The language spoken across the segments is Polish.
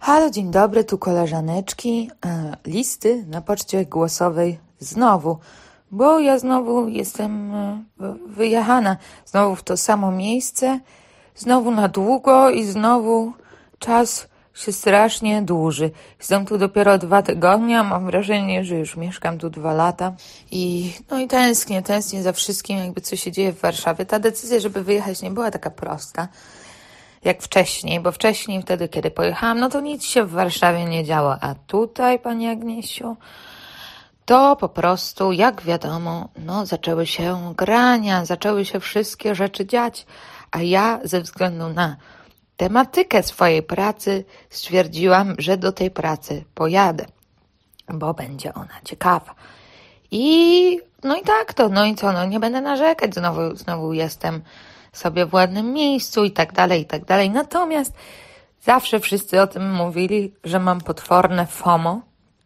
Halo, dzień dobry, tu koleżaneczki. Listy na poczcie głosowej znowu, bo ja znowu jestem wyjechana, znowu w to samo miejsce, znowu na długo i znowu czas się strasznie dłuży. Jestem tu dopiero 2 tygodnie, mam wrażenie, że już mieszkam tu 2 lata i tęsknię za wszystkim, jakby co się dzieje w Warszawie. Ta decyzja, żeby wyjechać, nie była taka prosta jak wcześniej, bo wcześniej, wtedy, kiedy pojechałam, no to nic się w Warszawie nie działo, a tutaj, Pani Agniesiu, to po prostu, jak wiadomo, zaczęły się grania, zaczęły się wszystkie rzeczy dziać, a ja ze względu na tematykę swojej pracy stwierdziłam, że do tej pracy pojadę, bo będzie ona ciekawa. I nie będę narzekać, znowu jestem sobie w ładnym miejscu i tak dalej. Natomiast zawsze wszyscy o tym mówili, że mam potworne FOMO.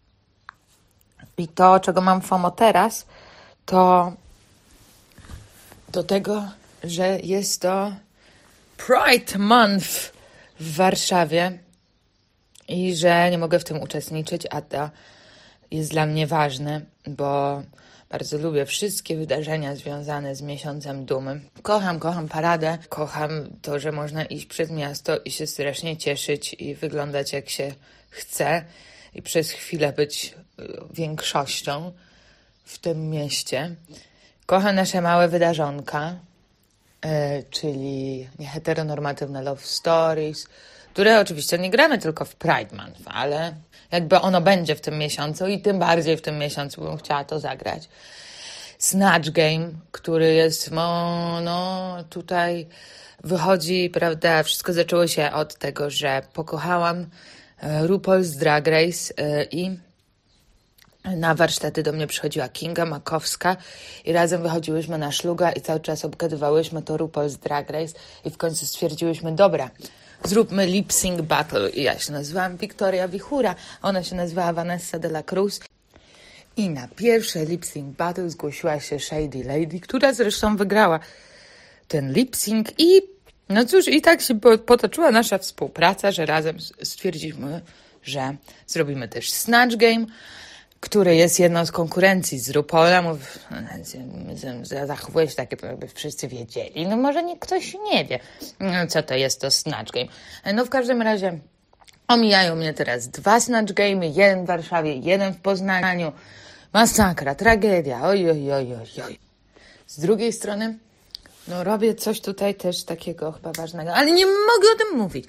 I to, czego mam FOMO teraz, to do tego, że jest to Pride Month w Warszawie i że nie mogę w tym uczestniczyć, a to jest dla mnie ważne, bo bardzo lubię wszystkie wydarzenia związane z miesiącem dumy. Kocham paradę, kocham to, że można iść przez miasto i się strasznie cieszyć i wyglądać jak się chce i przez chwilę być większością w tym mieście. Kocham nasze małe wydarzonka, czyli nieheteronormatywne love stories, które oczywiście nie gramy tylko w Pride Month, ale jakby ono będzie w tym miesiącu i tym bardziej w tym miesiącu bym chciała to zagrać. Snatch Game, który jest, tutaj wychodzi, prawda, wszystko zaczęło się od tego, że pokochałam RuPaul's Drag Race i na warsztaty do mnie przychodziła Kinga Makowska i razem wychodziłyśmy na szluga i cały czas obgadywałyśmy to RuPaul's Drag Race i w końcu stwierdziłyśmy, dobra, zróbmy lip sync battle. I ja się nazywałam Wiktoria Wichura, ona się nazywała Vanessa de la Cruz. I na pierwsze lip sync battle zgłosiła się Shady Lady, która zresztą wygrała ten lip sync i i tak się potoczyła nasza współpraca, że razem stwierdziliśmy, że zrobimy też Snatch Game, który jest jedną z konkurencji z RuPaula. Zachowuje się takie, jakby wszyscy wiedzieli. Może ktoś nie wie, co to jest to Snatch Game. W każdym razie omijają mnie teraz 2 Snatch Game'y, jeden w Warszawie, jeden w Poznaniu. Masakra, tragedia, oj. Z drugiej strony, robię coś tutaj też takiego chyba ważnego, ale nie mogę o tym mówić.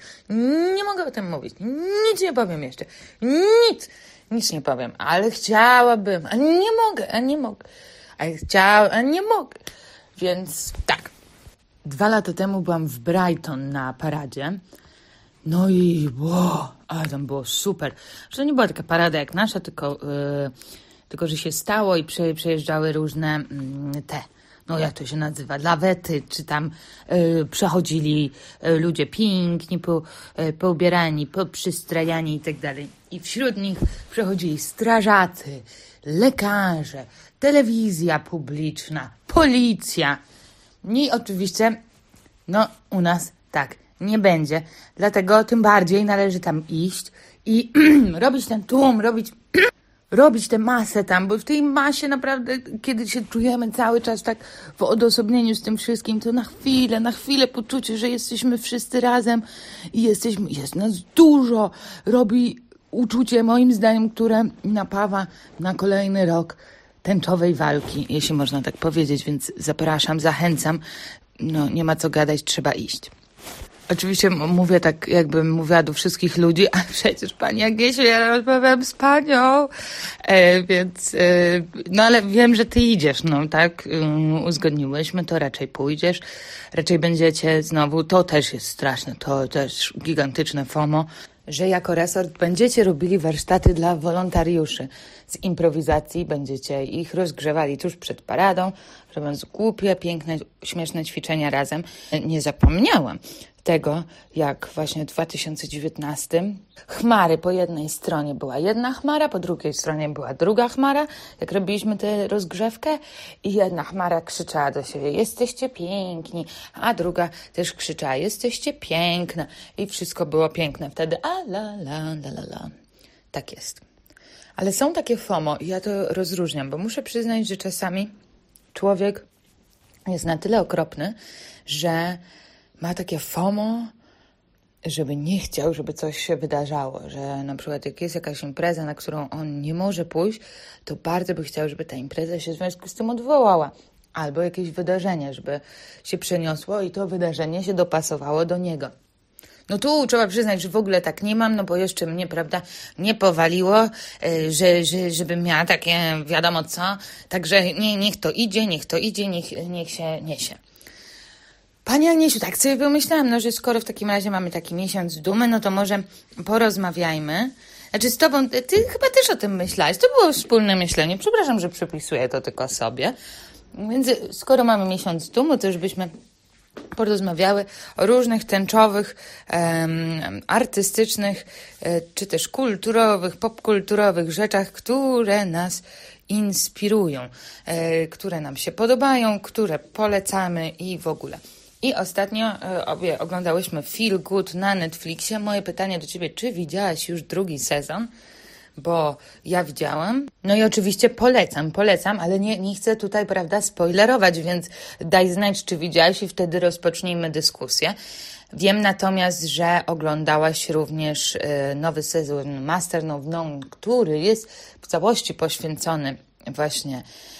Nic nie powiem jeszcze. Nic nie powiem, ale chciałabym, a nie mogę. A nie mogę. Więc tak. 2 lata temu byłam w Brighton na paradzie. Ale tam było super. Że to nie była taka parada jak nasza, tylko że się stało i przejeżdżały różne jak to się nazywa, lawety, czy tam przechodzili ludzie piękni, poubierani, poprzystrajani i tak dalej. I wśród nich przechodzili strażacy, lekarze, telewizja publiczna, policja. I oczywiście, u nas tak nie będzie. Dlatego tym bardziej należy tam iść i robić ten tłum, robić tę masę tam, bo w tej masie naprawdę, kiedy się czujemy cały czas tak w odosobnieniu z tym wszystkim, to na chwilę poczucie, że jesteśmy wszyscy razem i jest nas dużo, robi uczucie, moim zdaniem, które napawa na kolejny rok tęczowej walki, jeśli można tak powiedzieć, więc zapraszam, zachęcam. Nie ma co gadać, trzeba iść. Oczywiście mówię tak, jakbym mówiła do wszystkich ludzi, a przecież Pani Agniesiu, ja rozmawiam z Panią, więc, ale wiem, że Ty idziesz, tak, uzgodniłyśmy to, raczej pójdziesz, raczej będziecie znowu, to też jest straszne, to też gigantyczne FOMO, że jako resort będziecie robili warsztaty dla wolontariuszy z improwizacji, będziecie ich rozgrzewali tuż przed paradą, robiąc głupie, piękne, śmieszne ćwiczenia razem. Nie zapomniałam tego, jak właśnie w 2019 chmary po jednej stronie była jedna chmara, po drugiej stronie była druga chmara, jak robiliśmy tę rozgrzewkę i jedna chmara krzyczała do siebie: jesteście piękni, a druga też krzyczała: jesteście piękne, i wszystko było piękne wtedy. A la la la la la. Tak jest. Ale są takie FOMO i ja to rozróżniam, bo muszę przyznać, że czasami człowiek jest na tyle okropny, że ma takie FOMO, żeby nie chciał, żeby coś się wydarzało, że na przykład jak jest jakaś impreza, na którą on nie może pójść, to bardzo by chciał, żeby ta impreza się w związku z tym odwołała. Albo jakieś wydarzenie, żeby się przeniosło i to wydarzenie się dopasowało do niego. No tu trzeba przyznać, że w ogóle tak nie mam, no bo jeszcze mnie, prawda, nie powaliło, żebym miała takie wiadomo co. Także niech to idzie, niech się niesie. Pani Agniesiu, tak sobie pomyślałam, no że skoro w takim razie mamy taki miesiąc dumy, no to może porozmawiajmy. Znaczy z tobą, ty chyba też o tym myślałaś, to było wspólne myślenie. Przepraszam, że przypisuję to tylko sobie. Więc skoro mamy miesiąc dumy, to już byśmy porozmawiały o różnych tęczowych, artystycznych, czy też kulturowych, popkulturowych rzeczach, które nas inspirują, które nam się podobają, które polecamy i w ogóle. I ostatnio obie oglądałyśmy Feel Good na Netflixie. Moje pytanie do ciebie: czy widziałaś już drugi sezon? Bo ja widziałam. No i oczywiście polecam, ale nie chcę tutaj, prawda, spoilerować, więc daj znać, czy widziałaś i wtedy rozpocznijmy dyskusję. Wiem natomiast, że oglądałaś również nowy sezon Master of None, który jest w całości poświęcony właśnie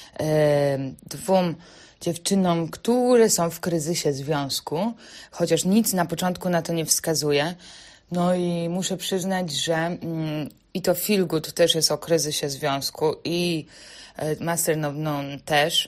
dwóm dziewczynom, które są w kryzysie związku, chociaż nic na początku na to nie wskazuje. No i muszę przyznać, że i to Feel Good też jest o kryzysie związku i Master of None też.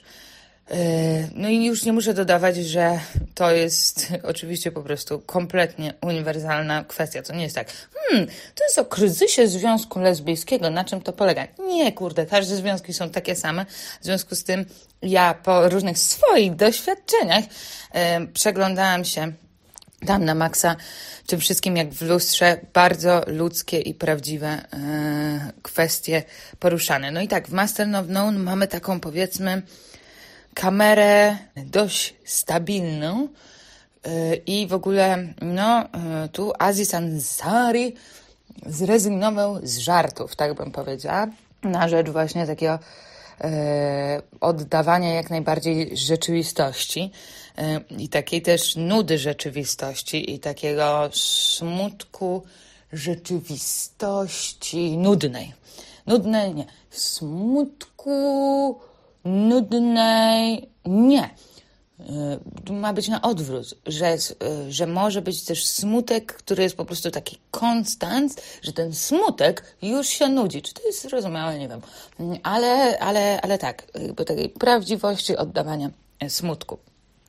No i już nie muszę dodawać, że to jest oczywiście po prostu kompletnie uniwersalna kwestia. To nie jest tak, to jest o kryzysie związku lesbijskiego, na czym to polega? Nie, kurde, każde związki są takie same. W związku z tym ja po różnych swoich doświadczeniach przeglądałam się tam na maksa tym wszystkim jak w lustrze, bardzo ludzkie i prawdziwe kwestie poruszane. No i tak, w Master of None mamy taką, powiedzmy, kamerę dość stabilną i w ogóle tu Aziz Ansari zrezygnował z żartów, tak bym powiedziała, na rzecz właśnie takiego oddawania jak najbardziej rzeczywistości i takiej też nudy rzeczywistości i takiego smutku rzeczywistości nudnej. Nudnej nie. Smutku nudnej nie. Ma być na odwrót, że może być też smutek, który jest po prostu taki konstant, że ten smutek już się nudzi. Czy to jest zrozumiałe? Nie wiem. Ale tak, bo takiej prawdziwości oddawania smutku.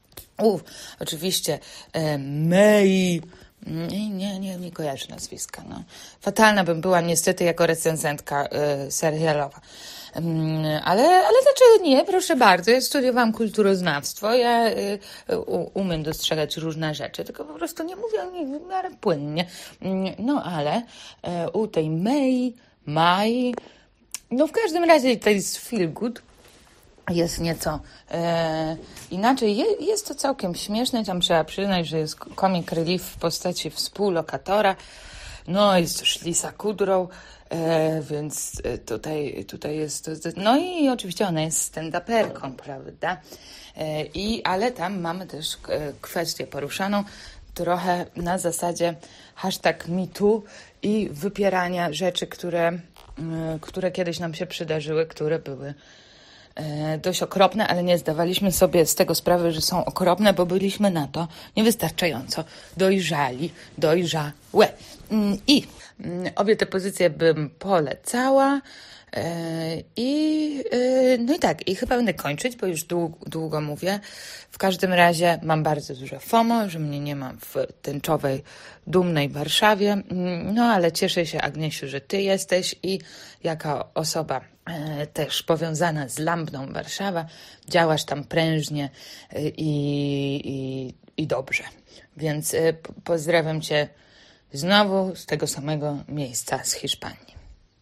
Oczywiście May, nie kojarzę nazwiska. No. Fatalna bym była niestety jako recenzentka serialowa. Ale dlaczego nie? Proszę bardzo, ja studiowałam kulturoznawstwo, ja umiem dostrzegać różne rzeczy, tylko po prostu nie mówię o nich w miarę płynnie. No ale u tej Mai, no w każdym razie to jest Feel Good, jest nieco inaczej. Jest to całkiem śmieszne, tam trzeba przyznać, że jest comic relief w postaci współlokatora. No jest też Lisa Kudrow, więc tutaj jest... No i oczywiście ona jest stand-uperką, prawda? Ale tam mamy też kwestię poruszaną trochę na zasadzie #MeToo i wypierania rzeczy, które kiedyś nam się przydarzyły, które były dość okropne, ale nie zdawaliśmy sobie z tego sprawy, że są okropne, bo byliśmy na to niewystarczająco dojrzałe. I obie te pozycje bym polecała. No i tak, i chyba będę kończyć, bo już długo mówię. W każdym razie mam bardzo dużo FOMO, że mnie nie ma w tęczowej, dumnej Warszawie. No ale cieszę się, Agniesiu, że ty jesteś i jako osoba też powiązana z Lambdą Warszawa, działasz tam prężnie i dobrze. Więc pozdrawiam cię znowu z tego samego miejsca z Hiszpanii.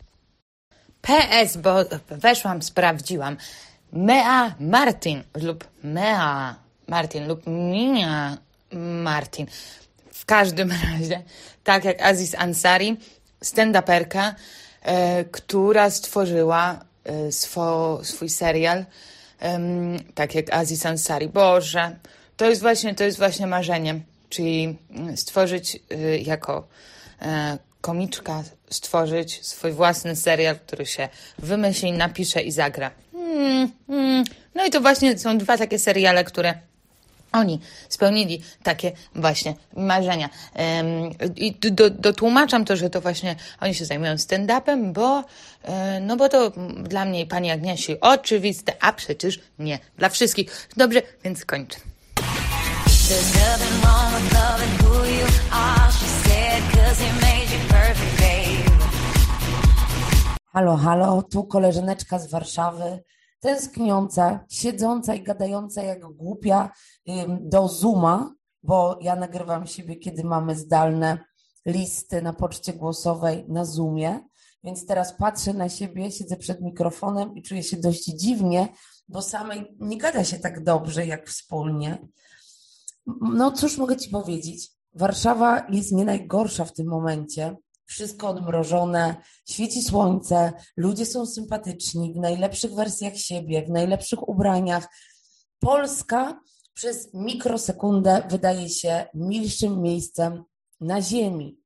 PS, bo weszłam, sprawdziłam. Mea Martin lub Mea Martin lub Mia Martin. W każdym razie, tak jak Aziz Ansari, stand-uperka, która stworzyła swój serial, tak jak Aziz Ansari. Boże, to jest właśnie marzenie, czyli stworzyć jako komiczka, stworzyć swój własny serial, który się wymyśli, napisze i zagra. No i to właśnie są dwa takie seriale, które oni spełnili takie właśnie marzenia. I dotłumaczam to, że to właśnie oni się zajmują stand-upem, bo to dla mnie i pani Agniesi oczywiste, a przecież nie dla wszystkich. Dobrze, więc kończę. There's nothing wrong with loving who you are, she said, 'cause he made you perfect, babe. Halo, halo, tu koleżaneczka z Warszawy, tęskniąca, siedząca i gadająca jak głupia do Zooma, bo ja nagrywam siebie, kiedy mamy zdalne listy na poczcie głosowej na Zoomie, więc teraz patrzę na siebie, siedzę przed mikrofonem i czuję się dość dziwnie, bo samej nie gada się tak dobrze jak wspólnie. No cóż mogę ci powiedzieć, Warszawa jest nie najgorsza w tym momencie, wszystko odmrożone, świeci słońce, ludzie są sympatyczni, w najlepszych wersjach siebie, w najlepszych ubraniach. Polska przez mikrosekundę wydaje się milszym miejscem na ziemi.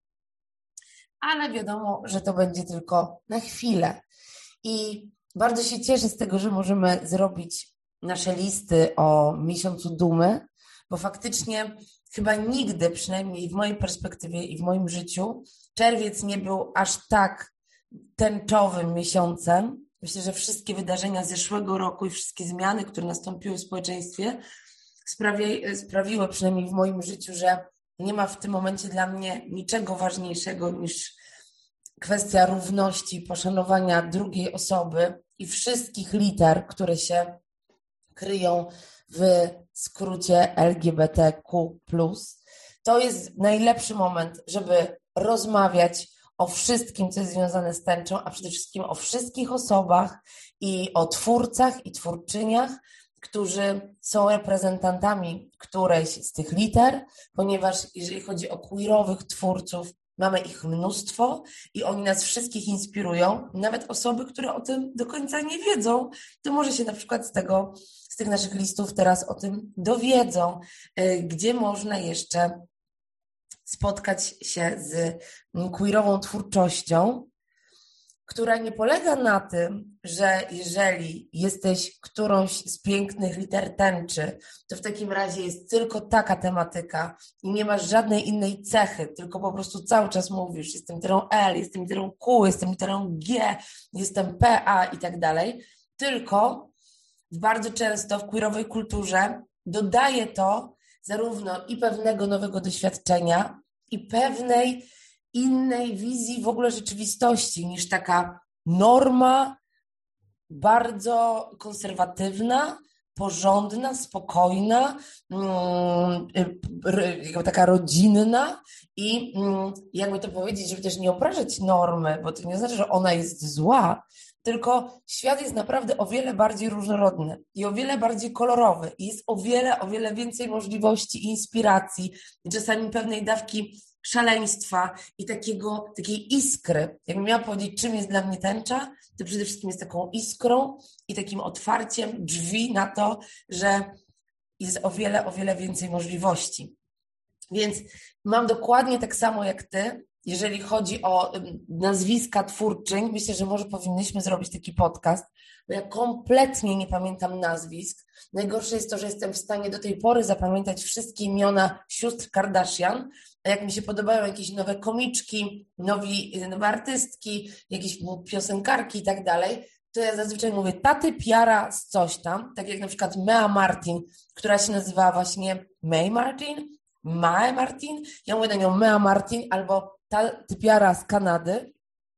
Ale wiadomo, że to będzie tylko na chwilę. I bardzo się cieszę z tego, że możemy zrobić nasze listy o miesiącu dumy, bo faktycznie chyba nigdy, przynajmniej w mojej perspektywie i w moim życiu, czerwiec nie był aż tak tęczowym miesiącem. Myślę, że wszystkie wydarzenia zeszłego roku i wszystkie zmiany, które nastąpiły w społeczeństwie, sprawiły przynajmniej w moim życiu, że nie ma w tym momencie dla mnie niczego ważniejszego niż kwestia równości, poszanowania drugiej osoby i wszystkich liter, które się kryją w skrócie LGBTQ+. To jest najlepszy moment, żeby rozmawiać o wszystkim, co jest związane z tęczą, a przede wszystkim o wszystkich osobach i o twórcach i twórczyniach, którzy są reprezentantami którejś z tych liter, ponieważ jeżeli chodzi o queerowych twórców, mamy ich mnóstwo i oni nas wszystkich inspirują, nawet osoby, które o tym do końca nie wiedzą, to może się na przykład z tych naszych listów teraz o tym dowiedzą, gdzie można jeszcze spotkać się z queerową twórczością, która nie polega na tym, że jeżeli jesteś którąś z pięknych liter tęczy, to w takim razie jest tylko taka tematyka i nie masz żadnej innej cechy, tylko po prostu cały czas mówisz, jestem literą L, jestem literą Q, jestem literą G, jestem P, A i tak dalej, tylko bardzo często w queerowej kulturze dodaje to zarówno i pewnego nowego doświadczenia, i pewnej innej wizji w ogóle rzeczywistości niż taka norma bardzo konserwatywna, porządna, spokojna, taka rodzinna i jakby to powiedzieć, żeby też nie obrażać normy, bo to nie znaczy, że ona jest zła, tylko świat jest naprawdę o wiele bardziej różnorodny i o wiele bardziej kolorowy i jest o wiele więcej możliwości i inspiracji i czasami pewnej dawki szaleństwa i takiej iskry. Jakbym miała powiedzieć, czym jest dla mnie tęcza, to przede wszystkim jest taką iskrą i takim otwarciem drzwi na to, że jest o wiele więcej możliwości. Więc mam dokładnie tak samo jak ty, jeżeli chodzi o nazwiska twórczyń. Myślę, że może powinnyśmy zrobić taki podcast, bo ja kompletnie nie pamiętam nazwisk. Najgorsze jest to, że jestem w stanie do tej pory zapamiętać wszystkie imiona sióstr Kardashian, a jak mi się podobają jakieś nowe komiczki, nowe artystki, jakieś piosenkarki i tak dalej, to ja zazwyczaj mówię taty piara z coś tam, tak jak na przykład Mea Martin, która się nazywa właśnie Mae Martin, ja mówię na nią Mea Martin, albo taty piara z Kanady,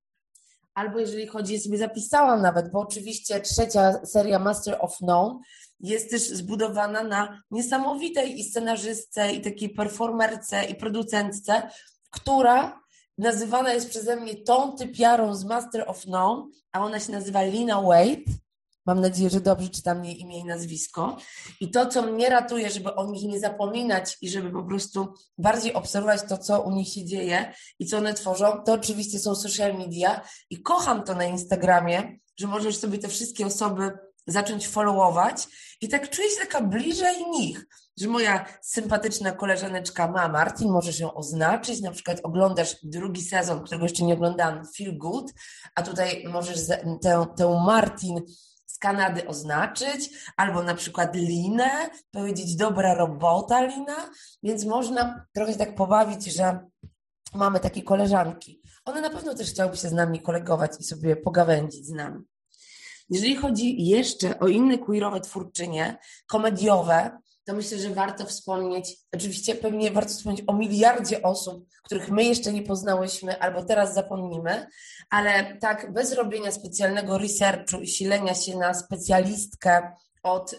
albo jeżeli chodzi, sobie zapisałam nawet, bo oczywiście trzecia seria Master of None jest też zbudowana na niesamowitej i scenarzystce, i takiej performerce, i producentce, która nazywana jest przeze mnie tą typiarą z Master of None, a ona się nazywa Lena Waithe. Mam nadzieję, że dobrze czytam jej imię i nazwisko. I to, co mnie ratuje, żeby o nich nie zapominać i żeby po prostu bardziej obserwować to, co u nich się dzieje i co one tworzą, to oczywiście są social media i kocham to na Instagramie, że możesz sobie te wszystkie osoby zacząć followować i tak czuję się taka bliżej nich, że moja sympatyczna koleżaneczka Mea Martin, możesz ją oznaczyć, na przykład oglądasz drugi sezon, którego jeszcze nie oglądałam, Feel Good, a tutaj możesz tę Martin z Kanady oznaczyć, albo na przykład Linę, powiedzieć dobra robota Lina, więc można trochę się tak pobawić, że mamy takie koleżanki. One na pewno też chciałyby się z nami kolegować i sobie pogawędzić z nami. Jeżeli chodzi jeszcze o inne queerowe twórczynie, komediowe, to myślę, że warto wspomnieć, oczywiście pewnie warto wspomnieć o miliardzie osób, których my jeszcze nie poznałyśmy albo teraz zapomnimy, ale tak bez robienia specjalnego researchu i silenia się na specjalistkę od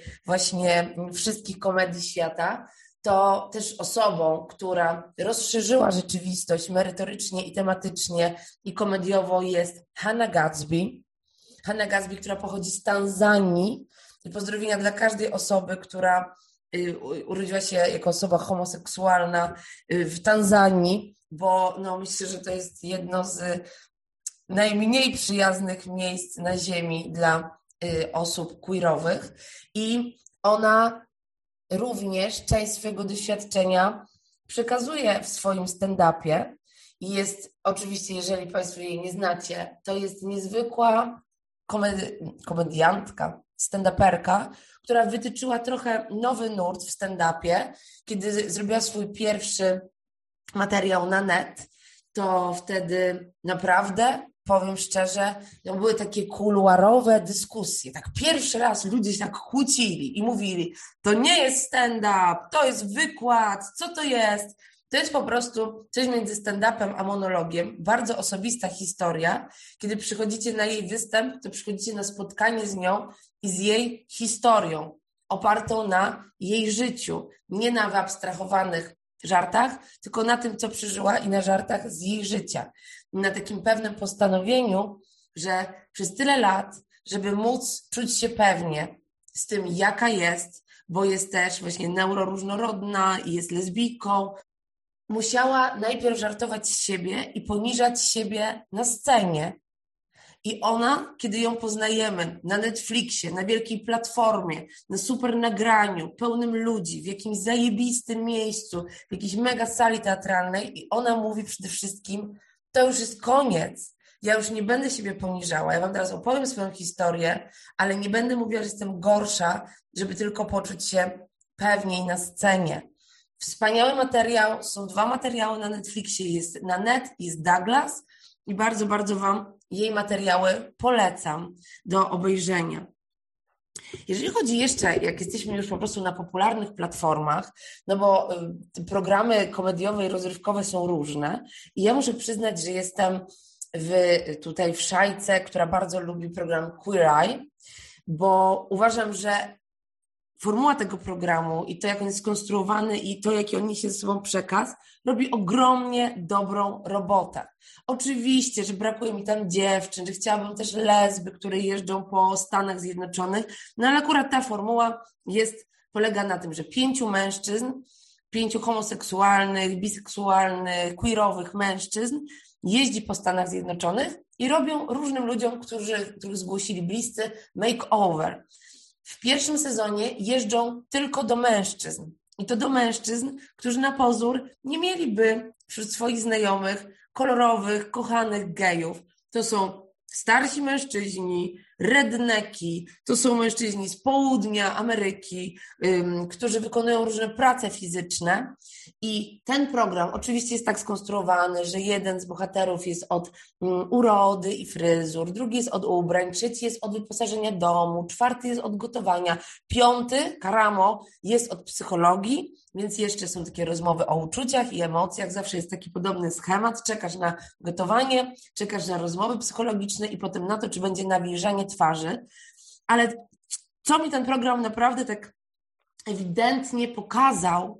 właśnie wszystkich komedii świata, to też osobą, która rozszerzyła rzeczywistość merytorycznie i tematycznie i komediowo jest Hannah Gadsby. Hannah Gadsby, która pochodzi z Tanzanii. I pozdrowienia dla każdej osoby, która urodziła się jako osoba homoseksualna w Tanzanii, bo no, myślę, że to jest jedno z najmniej przyjaznych miejsc na ziemi dla osób queerowych. I ona również część swojego doświadczenia przekazuje w swoim stand-upie. I jest oczywiście, jeżeli Państwo jej nie znacie, to jest niezwykła komediantka, stand-uperka, która wytyczyła trochę nowy nurt w stand-upie. Kiedy zrobiła swój pierwszy materiał na net, to wtedy naprawdę, powiem szczerze, no były takie kuluarowe dyskusje. Tak pierwszy raz ludzie się tak kłócili i mówili, to nie jest stand-up, to jest wykład, co to jest? To jest po prostu coś między stand-upem a monologiem, bardzo osobista historia. Kiedy przychodzicie na jej występ, to przychodzicie na spotkanie z nią i z jej historią, opartą na jej życiu, nie na wyabstrahowanych żartach, tylko na tym, co przeżyła i na żartach z jej życia. I na takim pewnym postanowieniu, że przez tyle lat, żeby móc czuć się pewnie z tym, jaka jest, bo jest też właśnie neuroróżnorodna i jest lesbijką, musiała najpierw żartować z siebie i poniżać siebie na scenie. I ona, kiedy ją poznajemy na Netflixie, na wielkiej platformie, na super nagraniu, pełnym ludzi, w jakimś zajebistym miejscu, w jakiejś mega sali teatralnej i ona mówi przede wszystkim, to już jest koniec. Ja już nie będę siebie poniżała. Ja wam teraz opowiem swoją historię, ale nie będę mówiła, że jestem gorsza, żeby tylko poczuć się pewniej na scenie. Wspaniały materiał, są 2 materiały na Netflixie, jest na net, jest Douglas i bardzo, bardzo wam jej materiały polecam do obejrzenia. Jeżeli chodzi jeszcze, jak jesteśmy już po prostu na popularnych platformach, no bo programy komediowe i rozrywkowe są różne i ja muszę przyznać, że jestem tutaj w szajce, która bardzo lubi program Queer Eye, bo uważam, że formuła tego programu i to, jak on jest skonstruowany i to, jaki on niesie ze sobą przekaz, robi ogromnie dobrą robotę. Oczywiście, że brakuje mi tam dziewczyn, że chciałabym też lesby, które jeżdżą po Stanach Zjednoczonych, no ale akurat ta formuła polega na tym, że 5 mężczyzn, 5 homoseksualnych, biseksualnych, queerowych mężczyzn jeździ po Stanach Zjednoczonych i robią różnym ludziom, których zgłosili bliscy, makeover. W pierwszym sezonie jeżdżą tylko do mężczyzn. I to do mężczyzn, którzy na pozór nie mieliby wśród swoich znajomych kolorowych, kochanych gejów. To są starsi mężczyźni, redneki, to są mężczyźni z południa Ameryki, którzy wykonują różne prace fizyczne i ten program oczywiście jest tak skonstruowany, że jeden z bohaterów jest od urody i fryzur, drugi jest od ubrań, trzeci jest od wyposażenia domu, czwarty jest od gotowania, piąty, Karamo, jest od psychologii, więc jeszcze są takie rozmowy o uczuciach i emocjach, zawsze jest taki podobny schemat, czekasz na gotowanie, czekasz na rozmowy psychologiczne i potem na to, czy będzie nawilżanie twarzy, ale co mi ten program naprawdę tak ewidentnie pokazał,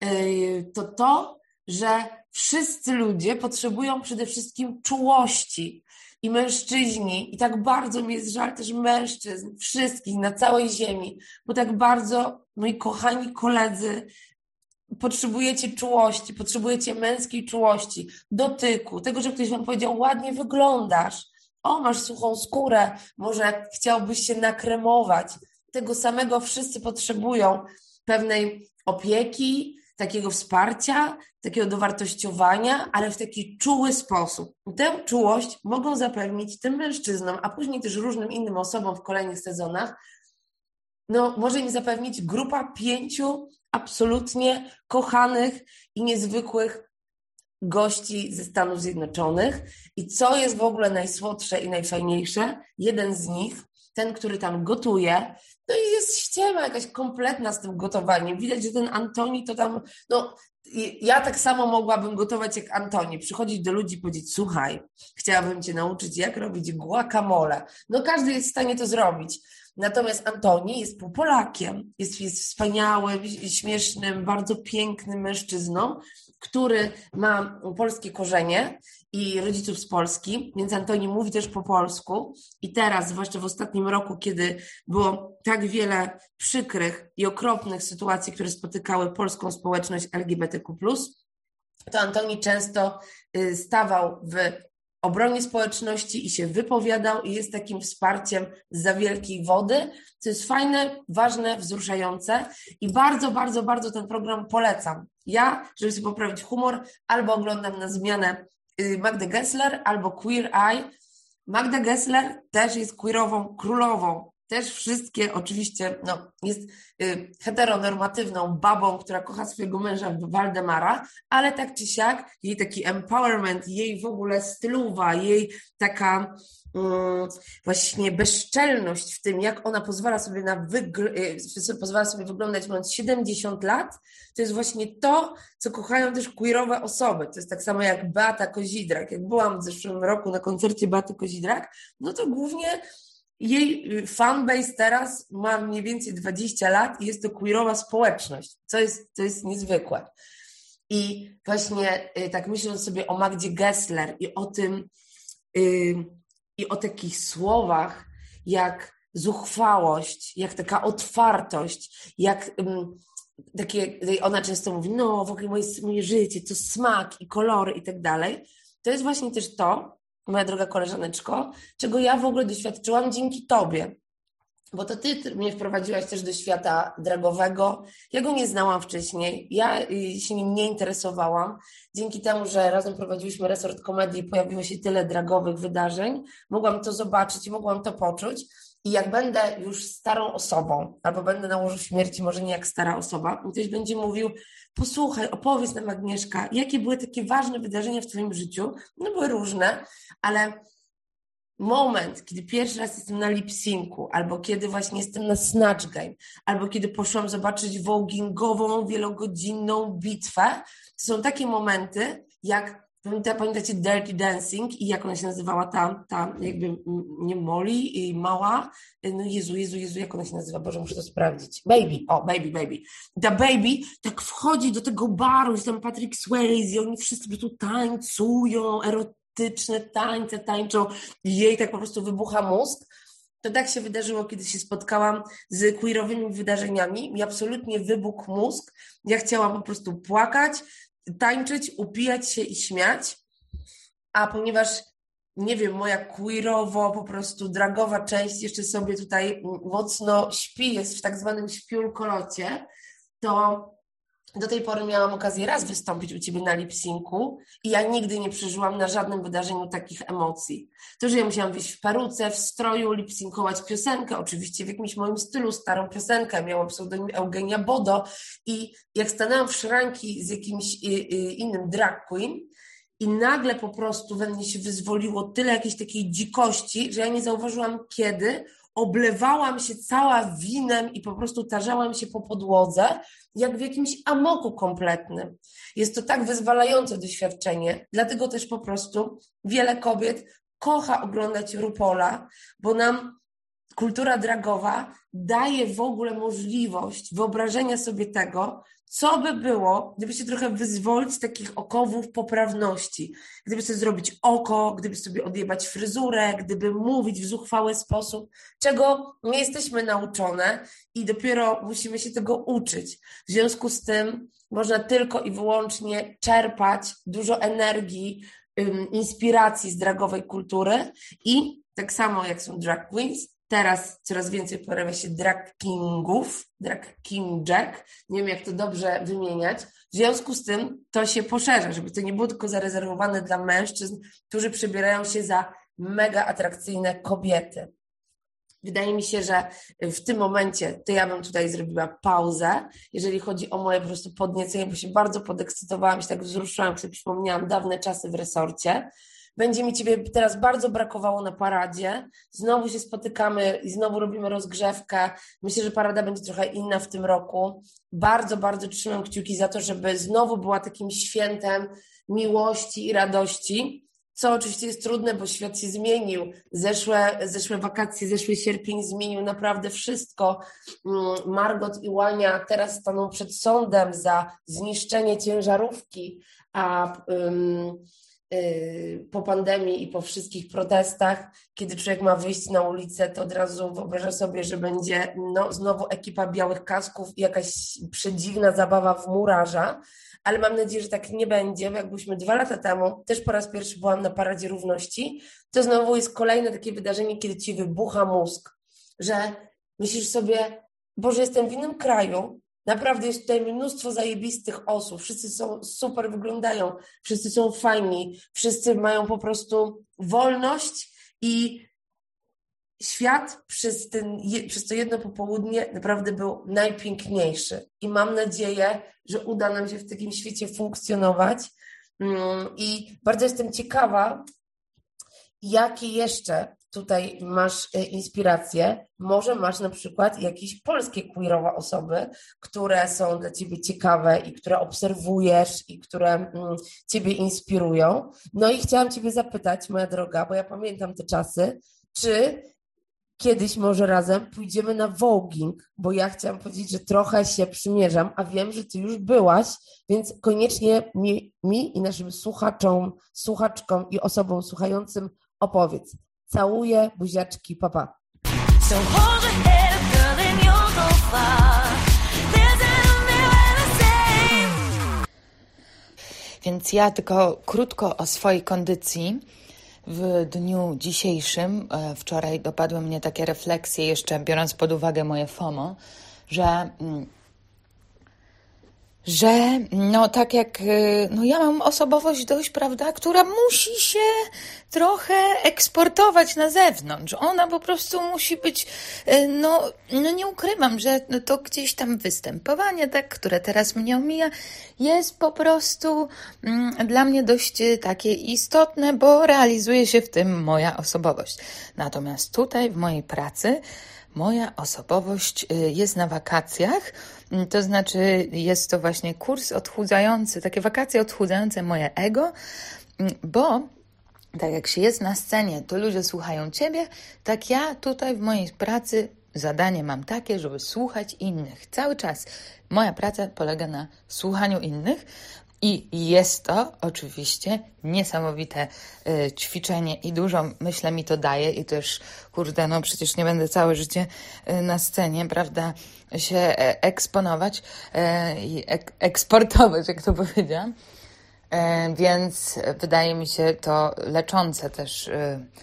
to, że wszyscy ludzie potrzebują przede wszystkim czułości i mężczyźni, i tak bardzo mi jest żal też mężczyzn, wszystkich na całej ziemi, bo tak bardzo, moi kochani koledzy, potrzebujecie czułości, potrzebujecie męskiej czułości, dotyku, tego, że ktoś wam powiedział, ładnie wyglądasz, o, masz suchą skórę, może chciałbyś się nakremować. Tego samego wszyscy potrzebują, pewnej opieki, takiego wsparcia, takiego dowartościowania, ale w taki czuły sposób. I tę czułość mogą zapewnić tym mężczyznom, a później też różnym innym osobom w kolejnych sezonach, może im zapewnić grupa 5 absolutnie kochanych i niezwykłych gości ze Stanów Zjednoczonych. I co jest w ogóle najsłodsze i najfajniejsze? Jeden z nich, ten, który tam gotuje, no i jest ściema jakaś kompletna z tym gotowaniem. Widać, że ten Antoni to tam, ja tak samo mogłabym gotować jak Antoni. Przychodzić do ludzi i powiedzieć, słuchaj, chciałabym cię nauczyć, jak robić guacamole. Każdy jest w stanie to zrobić. Natomiast Antoni jest Polakiem, jest wspaniałym, śmiesznym, bardzo pięknym mężczyzną, który ma polskie korzenie i rodziców z Polski, więc Antoni mówi też po polsku i teraz, zwłaszcza w ostatnim roku, kiedy było tak wiele przykrych i okropnych sytuacji, które spotykały polską społeczność LGBTQ+, to Antoni często stawał w obronie społeczności i się wypowiadał i jest takim wsparciem zza wielkiej wody, co jest fajne, ważne, wzruszające i bardzo, bardzo, bardzo ten program polecam. Ja, żeby sobie poprawić humor, albo oglądam na zmianę Magdę Gessler, albo Queer Eye. Magda Gessler też jest queerową królową. Też wszystkie, oczywiście, jest heteronormatywną babą, która kocha swojego męża Waldemara, ale tak czy siak, jej taki empowerment, jej w ogóle stylowa, jej taka właśnie bezczelność w tym, jak ona pozwala sobie pozwala sobie wyglądać mając 70 lat, to jest właśnie to, co kochają też queerowe osoby. To jest tak samo jak Beata Kozidrak. Jak byłam w zeszłym roku na koncercie Beaty Kozidrak, to głównie jej fanbase teraz ma mniej więcej 20 lat i jest to queerowa społeczność, co jest niezwykłe. I właśnie tak myśląc sobie o Magdzie Gessler i o tym, i o takich słowach jak zuchwałość, jak taka otwartość, jak takie, ona często mówi, w ogóle moje życie, to smak i kolory i tak dalej. To jest właśnie też to, moja droga koleżaneczko, czego ja w ogóle doświadczyłam dzięki tobie. Bo to ty mnie wprowadziłaś też do świata dragowego. Ja go nie znałam wcześniej, ja się nim nie interesowałam. Dzięki temu, że razem prowadziłyśmy resort komedii, pojawiło się tyle dragowych wydarzeń, mogłam to zobaczyć i mogłam to poczuć. I jak będę już starą osobą, albo będę na łożu śmierci, może nie jak stara osoba, i ktoś będzie mówił, posłuchaj, opowiedz nam, Agnieszka, jakie były takie ważne wydarzenia w twoim życiu? Były różne, ale moment, kiedy pierwszy raz jestem na lip-syncu, albo kiedy właśnie jestem na Snatch Game, albo kiedy poszłam zobaczyć vogingową, wielogodzinną bitwę, to są takie momenty, jak pamiętacie Dirty Dancing i jak ona się nazywała ta jakby nie Molly i mała, Jezu, jak ona się nazywa, Boże, muszę to sprawdzić. Baby. Ta Baby tak wchodzi do tego baru, jest tam Patrick Swayze, oni wszyscy tu tańcują, erotyczne tańce tańczą i jej tak po prostu wybucha mózg. To tak się wydarzyło, kiedy się spotkałam z queerowymi wydarzeniami. Mi absolutnie wybuchł mózg. Ja chciałam po prostu płakać, tańczyć, upijać się i śmiać, a ponieważ, nie wiem, moja queerowo, po prostu dragowa część jeszcze sobie tutaj mocno śpi, jest w tak zwanym śpiulkolocie, to Do tej pory miałam okazję raz wystąpić u Ciebie na lip-syncu i ja nigdy nie przeżyłam na żadnym wydarzeniu takich emocji. To, że ja musiałam wyjść w peruce, w stroju, lip-syncować piosenkę, oczywiście w jakimś moim stylu, starą piosenkę, miałam pseudonim Eugenia Bodo i jak stanęłam w szranki z jakimś innym drag queen i nagle po prostu we mnie się wyzwoliło tyle jakiejś takiej dzikości, że ja nie zauważyłam kiedy, oblewałam się cała winem i po prostu tarzałam się po podłodze, jak w jakimś amoku kompletnym. Jest to tak wyzwalające doświadczenie, dlatego też po prostu wiele kobiet kocha oglądać RuPaula, bo nam kultura dragowa daje w ogóle możliwość wyobrażenia sobie tego, co by było, gdyby się trochę wyzwolić z takich okowów poprawności. Gdyby sobie zrobić oko, gdyby sobie odjebać fryzurę, gdyby mówić w zuchwały sposób, czego nie jesteśmy nauczone i dopiero musimy się tego uczyć. W związku z tym można tylko i wyłącznie czerpać dużo energii, inspiracji z dragowej kultury i tak samo jak są drag queens, teraz coraz więcej pojawia się drag kingów, drag king jack, nie wiem jak to dobrze wymieniać. W związku z tym to się poszerza, żeby to nie było tylko zarezerwowane dla mężczyzn, którzy przebierają się za mega atrakcyjne kobiety. Wydaje mi się, że w tym momencie to ja bym tutaj zrobiła pauzę, jeżeli chodzi o moje po prostu podniecenie, bo się bardzo podekscytowałam, się tak wzruszyłam, jak sobie przypomniałam dawne czasy w resorcie. Będzie mi Ciebie teraz bardzo brakowało na paradzie. Znowu się spotykamy i znowu robimy rozgrzewkę. Myślę, że parada będzie trochę inna w tym roku. Bardzo, bardzo trzymam kciuki za to, żeby znowu była takim świętem miłości i radości, co oczywiście jest trudne, bo świat się zmienił. Zeszłe wakacje, zeszły sierpień zmienił naprawdę wszystko. Margot i Łania teraz staną przed sądem za zniszczenie ciężarówki, a po pandemii i po wszystkich protestach, kiedy człowiek ma wyjść na ulicę, to od razu wyobraża sobie, że będzie znowu ekipa białych kasków i jakaś przedziwna zabawa w murarza, ale mam nadzieję, że tak nie będzie, bo jak byliśmy 2 lata temu, też po raz pierwszy byłam na Paradzie Równości, to znowu jest kolejne takie wydarzenie, kiedy ci wybucha mózg, że myślisz sobie, Boże, jestem w innym kraju, naprawdę jest tutaj mnóstwo zajebistych osób, wszyscy są super, wyglądają, wszyscy są fajni, wszyscy mają po prostu wolność i świat przez to jedno popołudnie naprawdę był najpiękniejszy. I mam nadzieję, że uda nam się w takim świecie funkcjonować. I bardzo jestem ciekawa, jakie jeszcze tutaj masz inspiracje. Może masz na przykład jakieś polskie queerowe osoby, które są dla Ciebie ciekawe i które obserwujesz i które Ciebie inspirują. No i chciałam Ciebie zapytać, moja droga, bo ja pamiętam te czasy, czy kiedyś może razem pójdziemy na voging, bo ja chciałam powiedzieć, że trochę się przymierzam, a wiem, że Ty już byłaś, więc koniecznie mi i naszym słuchaczom, słuchaczkom i osobom słuchającym opowiedz. Całuję, buziaczki, papa. So hold your head, girl, and you'll go far. There's a same. Więc ja tylko krótko o swojej kondycji. W dniu dzisiejszym, wczoraj dopadły mnie takie refleksje, jeszcze biorąc pod uwagę moje FOMO, że no tak jak ja mam osobowość dość, prawda, która musi się trochę eksportować na zewnątrz. Ona po prostu musi być, nie ukrywam, że to gdzieś tam występowanie, tak, które teraz mnie omija, jest po prostu dla mnie dość takie istotne, bo realizuje się w tym moja osobowość. Natomiast tutaj w mojej pracy moja osobowość jest na wakacjach, to znaczy jest to właśnie kurs odchudzający, takie wakacje odchudzające moje ego, bo tak jak się jest na scenie, to ludzie słuchają Ciebie, tak ja tutaj w mojej pracy zadanie mam takie, żeby słuchać innych. Cały czas moja praca polega na słuchaniu innych i jest to oczywiście niesamowite ćwiczenie i dużo, myślę, mi to daje i też, przecież nie będę całe życie na scenie, prawda, się eksponować i eksportować, jak to powiedziałam. Więc wydaje mi się to leczące też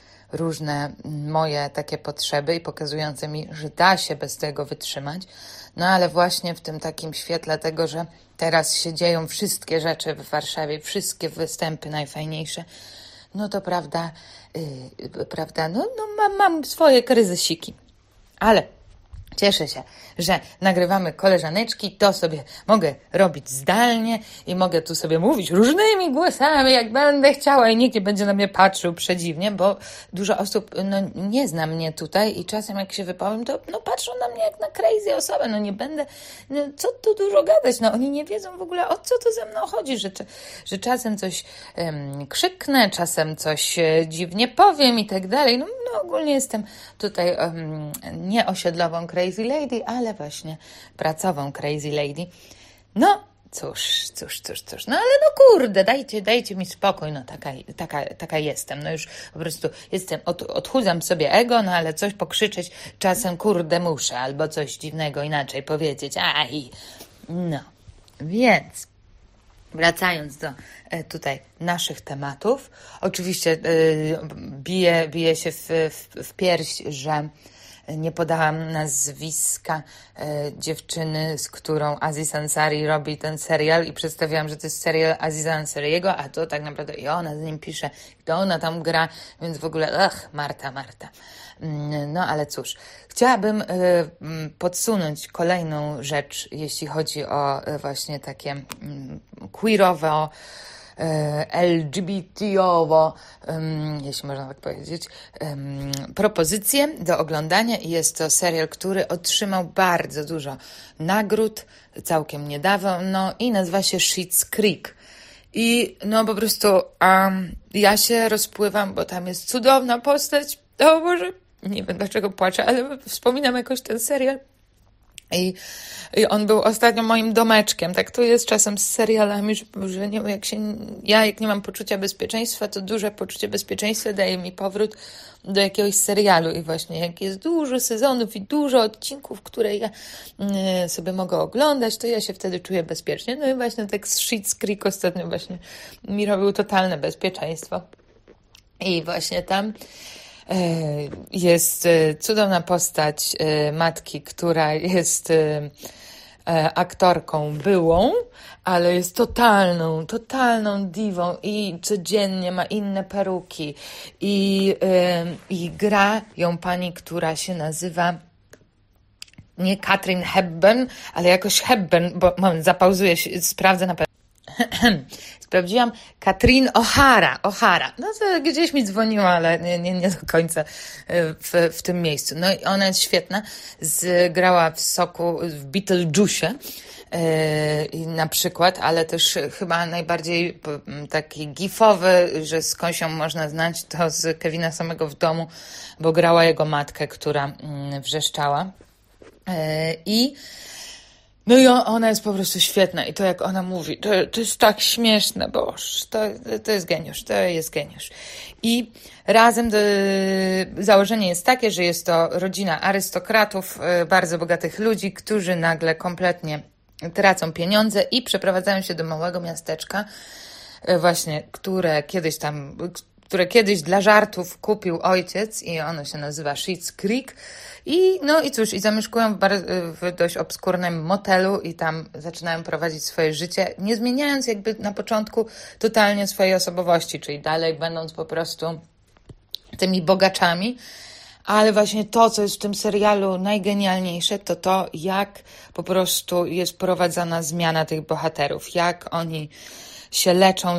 różne moje takie potrzeby i pokazujące mi, że da się bez tego wytrzymać. No ale właśnie w tym takim świetle tego, że teraz się dzieją wszystkie rzeczy w Warszawie, wszystkie występy najfajniejsze, no to prawda, mam swoje kryzysiki. Ale cieszę się, że nagrywamy koleżaneczki, to sobie mogę robić zdalnie i mogę tu sobie mówić różnymi głosami, jak będę chciała i nikt nie będzie na mnie patrzył przedziwnie, bo dużo osób nie zna mnie tutaj i czasem jak się wypowiem, to patrzą na mnie jak na crazy osobę, nie będę, co tu dużo gadać, oni nie wiedzą w ogóle o co to ze mną chodzi, że czasem coś krzyknę, czasem coś dziwnie powiem i tak dalej, ogólnie jestem tutaj nie osiedlową crazy lady, ale właśnie pracową crazy lady. Cóż. Ale kurde, dajcie mi spokój, taka jestem. Już po prostu jestem, odchudzam sobie ego, ale coś pokrzyczeć czasem, kurde, muszę, albo coś dziwnego inaczej powiedzieć. Więc wracając do tutaj naszych tematów, oczywiście bije się w pierś, że nie podałam nazwiska dziewczyny, z którą Aziz Ansari robi ten serial i przedstawiłam, że to jest serial Aziza Ansariego, a to tak naprawdę i ona z nim pisze, to ona tam gra, więc w ogóle Marta. Ale cóż, chciałabym podsunąć kolejną rzecz, jeśli chodzi o właśnie takie queerowe, LGBT-owo, jeśli można tak powiedzieć, propozycję do oglądania i jest to serial, który otrzymał bardzo dużo nagród całkiem niedawno i nazywa się Schitt's Creek. I po prostu ja się rozpływam, bo tam jest cudowna postać. O Boże, nie wiem dlaczego płaczę, ale wspominam jakoś ten serial. I on był ostatnio moim domeczkiem. Tak to jest czasem z serialami, że jak nie mam poczucia bezpieczeństwa, to duże poczucie bezpieczeństwa daje mi powrót do jakiegoś serialu. I właśnie jak jest dużo sezonów i dużo odcinków, które ja sobie mogę oglądać, to ja się wtedy czuję bezpiecznie. No i właśnie tak z Schitt's Creek ostatnio właśnie mi robił totalne bezpieczeństwo. I właśnie tam jest cudowna postać matki, która jest aktorką byłą, ale jest totalną diwą i codziennie ma inne peruki i gra ją pani, która się nazywa nie Katharine Hepburn, ale jakoś Hepburn, bo moment, zapauzuję się, sprawdzę na pewno. Sprawdziłam Katrin O'Hara. To gdzieś mi dzwoniła, ale nie do końca w tym miejscu. No i ona jest świetna. Grała w Beetlejuice na przykład, ale też chyba najbardziej taki gifowy, że skądś ją można znać, to z Kevina Samego w domu, bo grała jego matkę, która wrzeszczała. No i ona jest po prostu świetna i to jak ona mówi, to jest tak śmieszne, boż, to jest geniusz. I razem założenie jest takie, że jest to rodzina arystokratów, bardzo bogatych ludzi, którzy nagle kompletnie tracą pieniądze i przeprowadzają się do małego miasteczka, właśnie, które kiedyś dla żartów kupił ojciec i ono się nazywa Schitt's Creek. I zamieszkują w dość obskurnym motelu i tam zaczynają prowadzić swoje życie, nie zmieniając jakby na początku totalnie swojej osobowości, czyli dalej będąc po prostu tymi bogaczami. Ale właśnie to, co jest w tym serialu najgenialniejsze, to jak po prostu jest prowadzona zmiana tych bohaterów, jak oni się leczą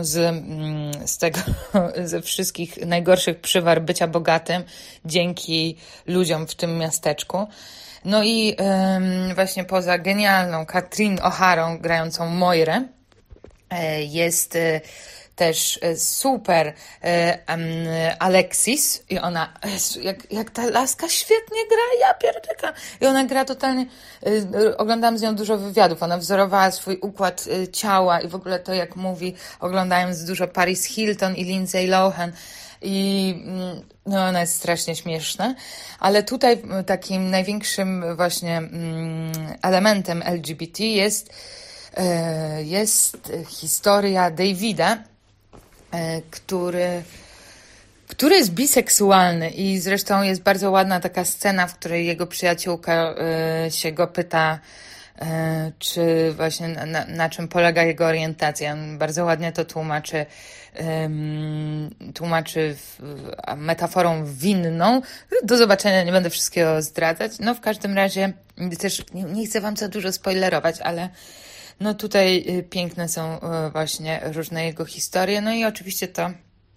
ze wszystkich najgorszych przywar bycia bogatym dzięki ludziom w tym miasteczku. No i właśnie poza genialną Katrin O'Harą grającą Moirę jest też super Alexis i ona, jak ta laska świetnie gra, ja pierdolę. I ona gra totalnie, oglądałam z nią dużo wywiadów, ona wzorowała swój układ ciała i w ogóle to jak mówi, oglądając dużo Paris Hilton i Lindsay Lohan i ona jest strasznie śmieszna, ale tutaj takim największym właśnie elementem LGBT jest historia Davida, który który jest biseksualny i zresztą jest bardzo ładna taka scena, w której jego przyjaciółka się go pyta, czy właśnie na czym polega jego orientacja. On bardzo ładnie to tłumaczy metaforą winną. Do zobaczenia, nie będę wszystkiego zdradzać. No w każdym razie też nie chcę wam za dużo spoilerować, ale no tutaj piękne są właśnie różne jego historie. No i oczywiście to,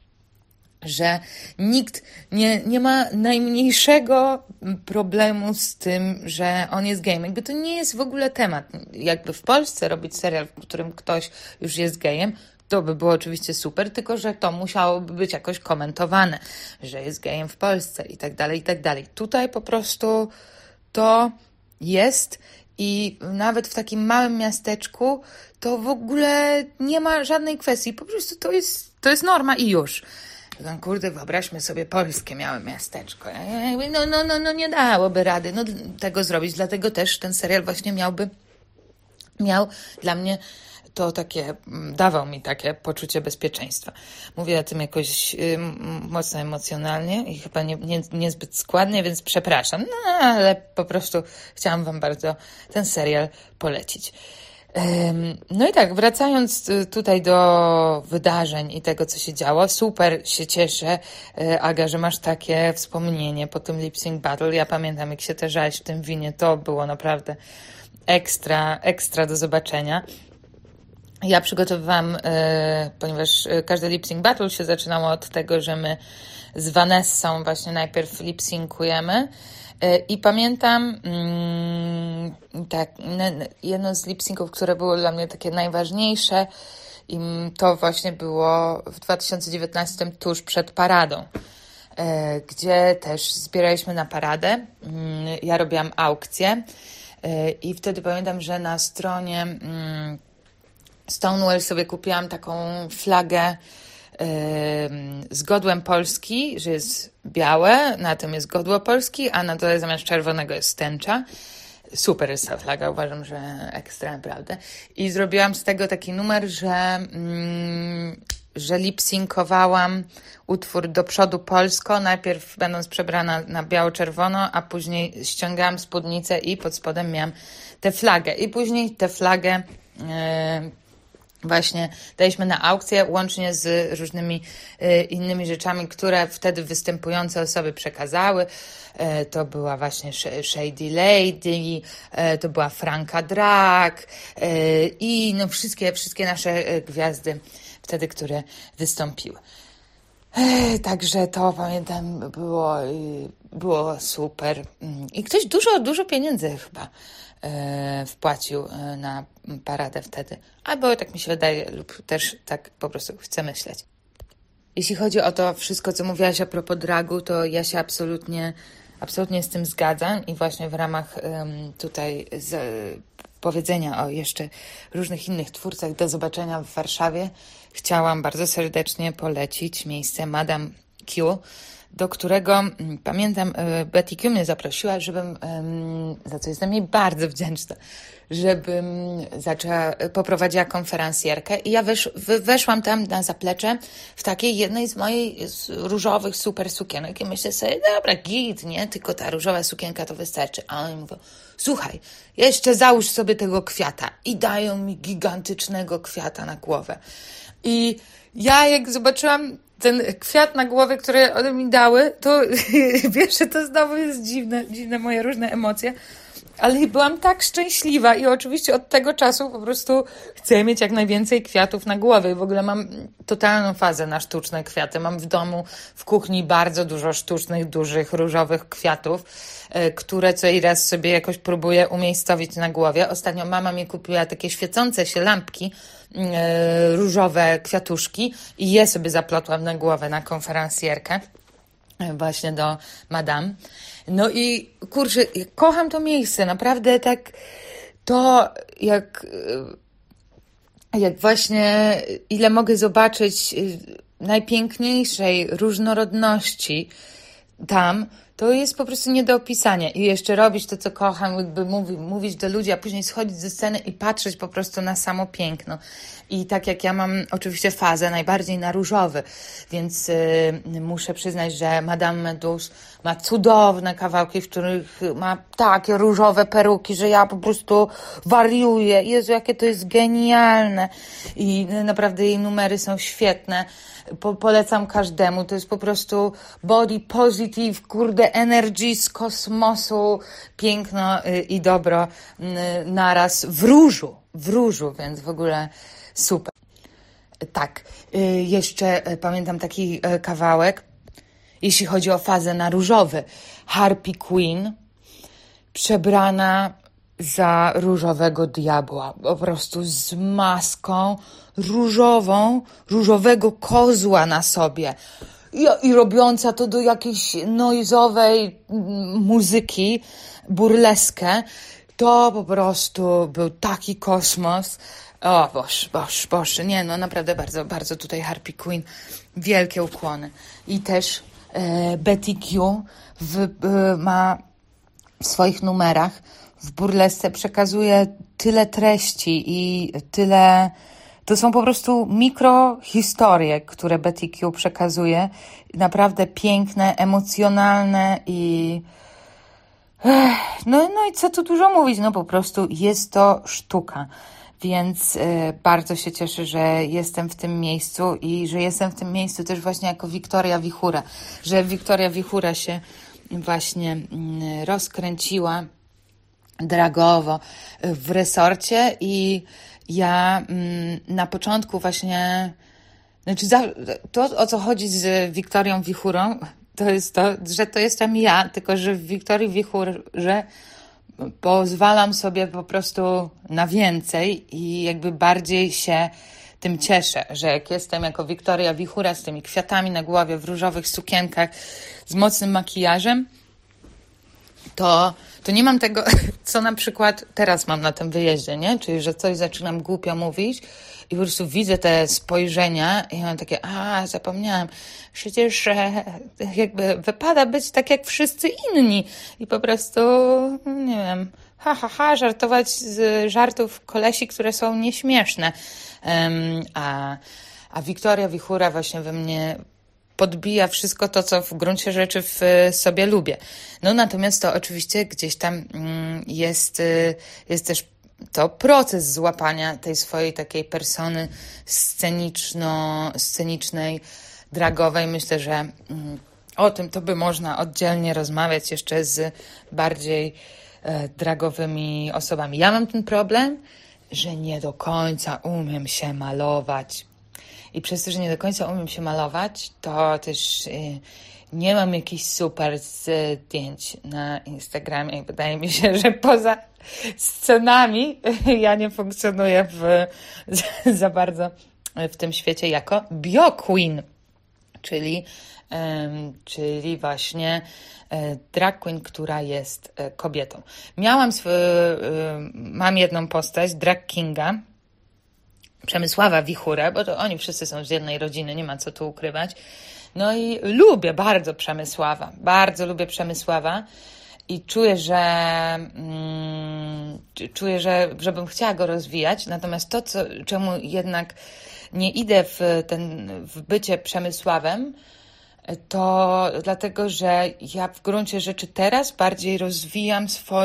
że nikt nie ma najmniejszego problemu z tym, że on jest gejem. Jakby to nie jest w ogóle temat. Jakby w Polsce robić serial, w którym ktoś już jest gejem, to by było oczywiście super, tylko że to musiałoby być jakoś komentowane, że jest gejem w Polsce i tak dalej, i tak dalej. Tutaj po prostu to jest i nawet w takim małym miasteczku to w ogóle nie ma żadnej kwestii. Po prostu to jest norma i już. Kurde, wyobraźmy sobie polskie małe miasteczko. No nie dałoby rady tego zrobić. Dlatego też ten serial właśnie miał dla mnie to takie, dawał mi takie poczucie bezpieczeństwa. Mówię o tym jakoś mocno emocjonalnie i chyba niezbyt składnie, więc przepraszam. No, ale po prostu chciałam wam bardzo ten serial polecić. No i tak, wracając tutaj do wydarzeń i tego, co się działo, super się cieszę, Aga, że masz takie wspomnienie po tym Lip Sync Battle. Ja pamiętam, jak się tarzałaś w tym winie, to było naprawdę ekstra do zobaczenia. Ja przygotowywałam, ponieważ każde Lip Sync Battle się zaczynało od tego, że my z Vanessą właśnie najpierw lip syncujemy. I pamiętam tak, jedno z lip-synków, które było dla mnie takie najważniejsze, i to właśnie było w 2019 tuż przed paradą, gdzie też zbieraliśmy na paradę. Ja robiłam aukcję i wtedy pamiętam, że na stronie Stonewall sobie kupiłam taką flagę z godłem Polski, że jest białe, na tym jest godło Polski, a na dole zamiast czerwonego jest tęcza. Super jest ta flaga, uważam, że ekstra naprawdę. I zrobiłam z tego taki numer, że lip-synkowałam utwór Do przodu Polsko, najpierw będąc przebrana na biało-czerwono, a później ściągałam spódnicę i pod spodem miałam tę flagę. I później tę flagę właśnie daliśmy na aukcję, łącznie z różnymi innymi rzeczami, które wtedy występujące osoby przekazały. To była właśnie Shady Lady, to była Franka Drag i no wszystkie nasze gwiazdy wtedy, które wystąpiły. Także to pamiętam, było super. I ktoś dużo pieniędzy chyba wpłacił na paradę wtedy. Albo tak mi się wydaje, lub też tak po prostu chcę myśleć. Jeśli chodzi o to wszystko, co mówiłaś a propos dragu, to ja się absolutnie z tym zgadzam i właśnie w ramach tutaj powiedzenia o jeszcze różnych innych twórcach do zobaczenia w Warszawie chciałam bardzo serdecznie polecić miejsce Madame Q, do którego, pamiętam, Betty Q mnie zaprosiła, za co jestem jej bardzo wdzięczna, żebym poprowadziła konferencjerkę i ja weszłam tam na zaplecze w takiej jednej z moich różowych super sukienek i myślę sobie, dobra, git, nie? Tylko ta różowa sukienka to wystarczy. A oni mówią, słuchaj, jeszcze załóż sobie tego kwiata i dają mi gigantycznego kwiata na głowę. I ja jak zobaczyłam ten kwiat na głowie, który one mi dały, to wiesz, że to znowu jest dziwne moje różne emocje, ale byłam tak szczęśliwa i oczywiście od tego czasu po prostu chcę mieć jak najwięcej kwiatów na głowie. W ogóle mam totalną fazę na sztuczne kwiaty. Mam w domu, w kuchni bardzo dużo sztucznych, dużych, różowych kwiatów, które co i raz sobie jakoś próbuję umiejscowić na głowie. Ostatnio mama mi kupiła takie świecące się lampki, różowe kwiatuszki i je sobie zaplotłam na głowę na konferencjerkę właśnie do Madame. No i kurczę, kocham to miejsce, naprawdę tak to jak właśnie ile mogę zobaczyć najpiękniejszej różnorodności tam, to jest po prostu nie do opisania. I jeszcze robić to, co kocham, jakby mówić do ludzi, a później schodzić ze sceny i patrzeć po prostu na samo piękno. I tak jak ja mam oczywiście fazę najbardziej na różowy, więc muszę przyznać, że Madame Medusa ma cudowne kawałki, w których ma takie różowe peruki, że ja po prostu wariuję. Jezu, jakie to jest genialne. I naprawdę jej numery są świetne. Polecam każdemu. To jest po prostu body positive, kurde, energy z kosmosu, piękno i dobro naraz w różu, więc w ogóle super. Tak, jeszcze pamiętam taki kawałek, jeśli chodzi o fazę na różowy. Harpy Queen przebrana za różowego diabła, po prostu z maską różowego kozła na sobie i robiąca to do jakiejś noizowej muzyki, burleskę. To po prostu był taki kosmos. O, boż, nie, no naprawdę bardzo, bardzo tutaj Harpy Queen, wielkie ukłony. I też Betty Q ma w swoich numerach w burlesce przekazuje tyle treści i tyle... To są po prostu mikrohistorie, które Betty Q przekazuje. Naprawdę piękne, emocjonalne i... No i co tu dużo mówić, no po prostu jest to sztuka. Więc bardzo się cieszę, że jestem w tym miejscu i że jestem w tym miejscu też właśnie jako Wiktoria Wichura, że Wiktoria Wichura się właśnie rozkręciła dragowo w resorcie i ja na początku właśnie, znaczy to, o co chodzi z Wiktorią Wichurą, to jest to, że to jestem ja, tylko że w Wiktorii Wichurze pozwalam sobie po prostu na więcej i jakby bardziej się tym cieszę, że jak jestem jako Wiktoria Wichura z tymi kwiatami na głowie, w różowych sukienkach, z mocnym makijażem, to nie mam tego, co na przykład teraz mam na tym wyjeździe, nie? Czyli, że coś zaczynam głupio mówić i po prostu widzę te spojrzenia i mam takie, zapomniałam, przecież jakby wypada być tak jak wszyscy inni i po prostu, nie wiem, żartować z żartów kolesi, które są nieśmieszne. A Wiktoria Wichura właśnie we mnie podbija wszystko to, co w gruncie rzeczy w sobie lubię. No natomiast to oczywiście gdzieś tam jest też to proces złapania tej swojej takiej persony scenicznej, dragowej. Myślę, że o tym to by można oddzielnie rozmawiać jeszcze z bardziej dragowymi osobami. Ja mam ten problem, że nie do końca umiem się malować. I przez to, że nie do końca umiem się malować, to też nie mam jakichś super zdjęć na Instagramie. Wydaje mi się, że poza scenami ja nie funkcjonuję za bardzo w tym świecie jako bioqueen, czyli właśnie drag queen, która jest kobietą. Mam jedną postać, drag kinga, Przemysława Wichurę, bo to oni wszyscy są z jednej rodziny, nie ma co tu ukrywać. No i lubię bardzo Przemysława, bardzo lubię Przemysława i czuję, żebym chciała go rozwijać, natomiast to, czemu jednak nie idę w bycie Przemysławem, to dlatego, że ja w gruncie rzeczy teraz bardziej rozwijam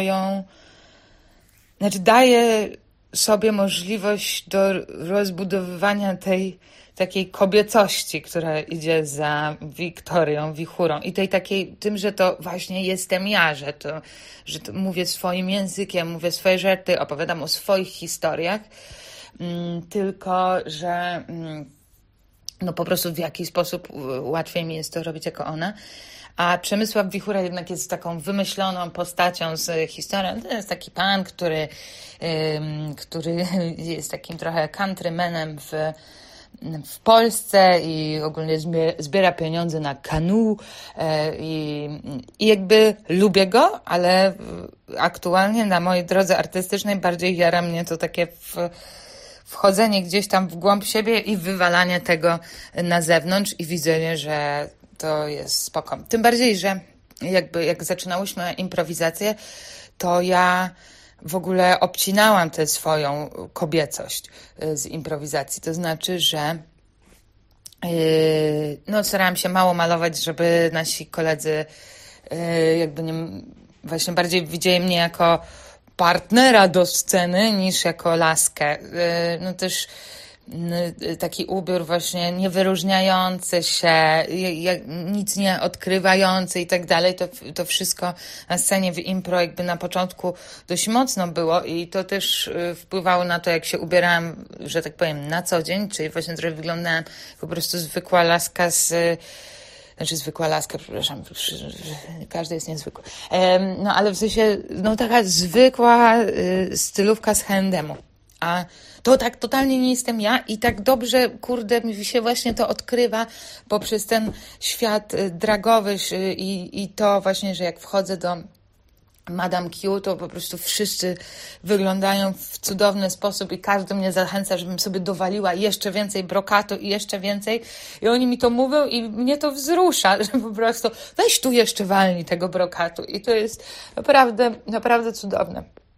daję sobie możliwość do rozbudowywania tej takiej kobiecości, która idzie za Wiktorią Wichurą i tym, że to właśnie jestem ja, że to mówię swoim językiem, mówię swoje żarty, opowiadam o swoich historiach, tylko że no po prostu w jakiś sposób łatwiej mi jest to robić jako ona. A Przemysław Wichura jednak jest taką wymyśloną postacią z historią. To jest taki pan, który jest takim trochę countrymanem w Polsce i ogólnie zbiera pieniądze na kanu i jakby lubię go, ale aktualnie na mojej drodze artystycznej bardziej jara mnie to takie wchodzenie gdzieś tam w głąb siebie i wywalanie tego na zewnątrz i widzenie, że to jest spoko. Tym bardziej, że jak zaczynałyśmy improwizację, to ja w ogóle obcinałam tę swoją kobiecość z improwizacji. To znaczy, że starałam się mało malować, żeby nasi koledzy jakby nie, właśnie bardziej widzieli mnie jako partnera do sceny niż jako laskę. Też taki ubiór właśnie niewyróżniający się, nic nie odkrywający i tak dalej, to wszystko na scenie w impro jakby na początku dość mocno było i to też wpływało na to, jak się ubierałam, że tak powiem, na co dzień, czyli właśnie trochę wyglądałam po prostu zwykła laska przepraszam, każdy jest niezwykły. Ale w sensie, taka zwykła stylówka z H&M-u. A to tak totalnie nie jestem ja i tak dobrze, kurde, mi się właśnie to odkrywa poprzez ten świat dragowy i to właśnie, że jak wchodzę do Madame Q, to po prostu wszyscy wyglądają w cudowny sposób i każdy mnie zachęca, żebym sobie dowaliła jeszcze więcej brokatu i jeszcze więcej. I oni mi to mówią i mnie to wzrusza, że po prostu weź tu jeszcze walnij tego brokatu. I to jest naprawdę, naprawdę cudowne.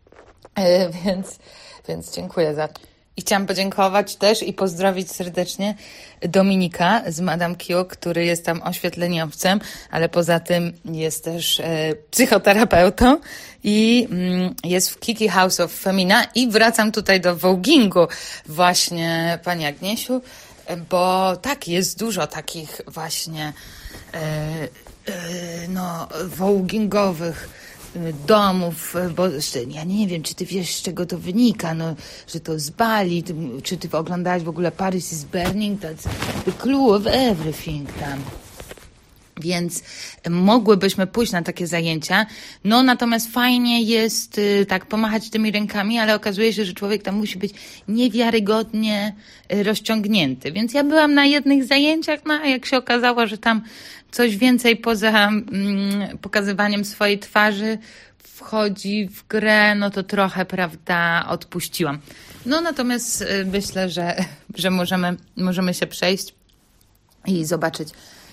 Więc dziękuję za to. I chciałam podziękować też i pozdrowić serdecznie Dominika z Madame Q, który jest tam oświetleniowcem, ale poza tym jest też psychoterapeutą i jest w Kiki House of Femina i wracam tutaj do voguingu właśnie, Pani Agniesiu, bo tak, jest dużo takich właśnie voguingowych domów, bo ja nie wiem, czy ty wiesz, z czego to wynika, że to z Bali, czy ty oglądałaś w ogóle Paris is Burning, that's the clue of everything tam. Więc mogłybyśmy pójść na takie zajęcia, natomiast fajnie jest tak pomachać tymi rękami, ale okazuje się, że człowiek tam musi być niewiarygodnie rozciągnięty. Więc ja byłam na jednych zajęciach, a jak się okazało, że tam coś więcej poza pokazywaniem swojej twarzy wchodzi w grę, to trochę, prawda, odpuściłam. Natomiast myślę, że możemy się przejść i zobaczyć,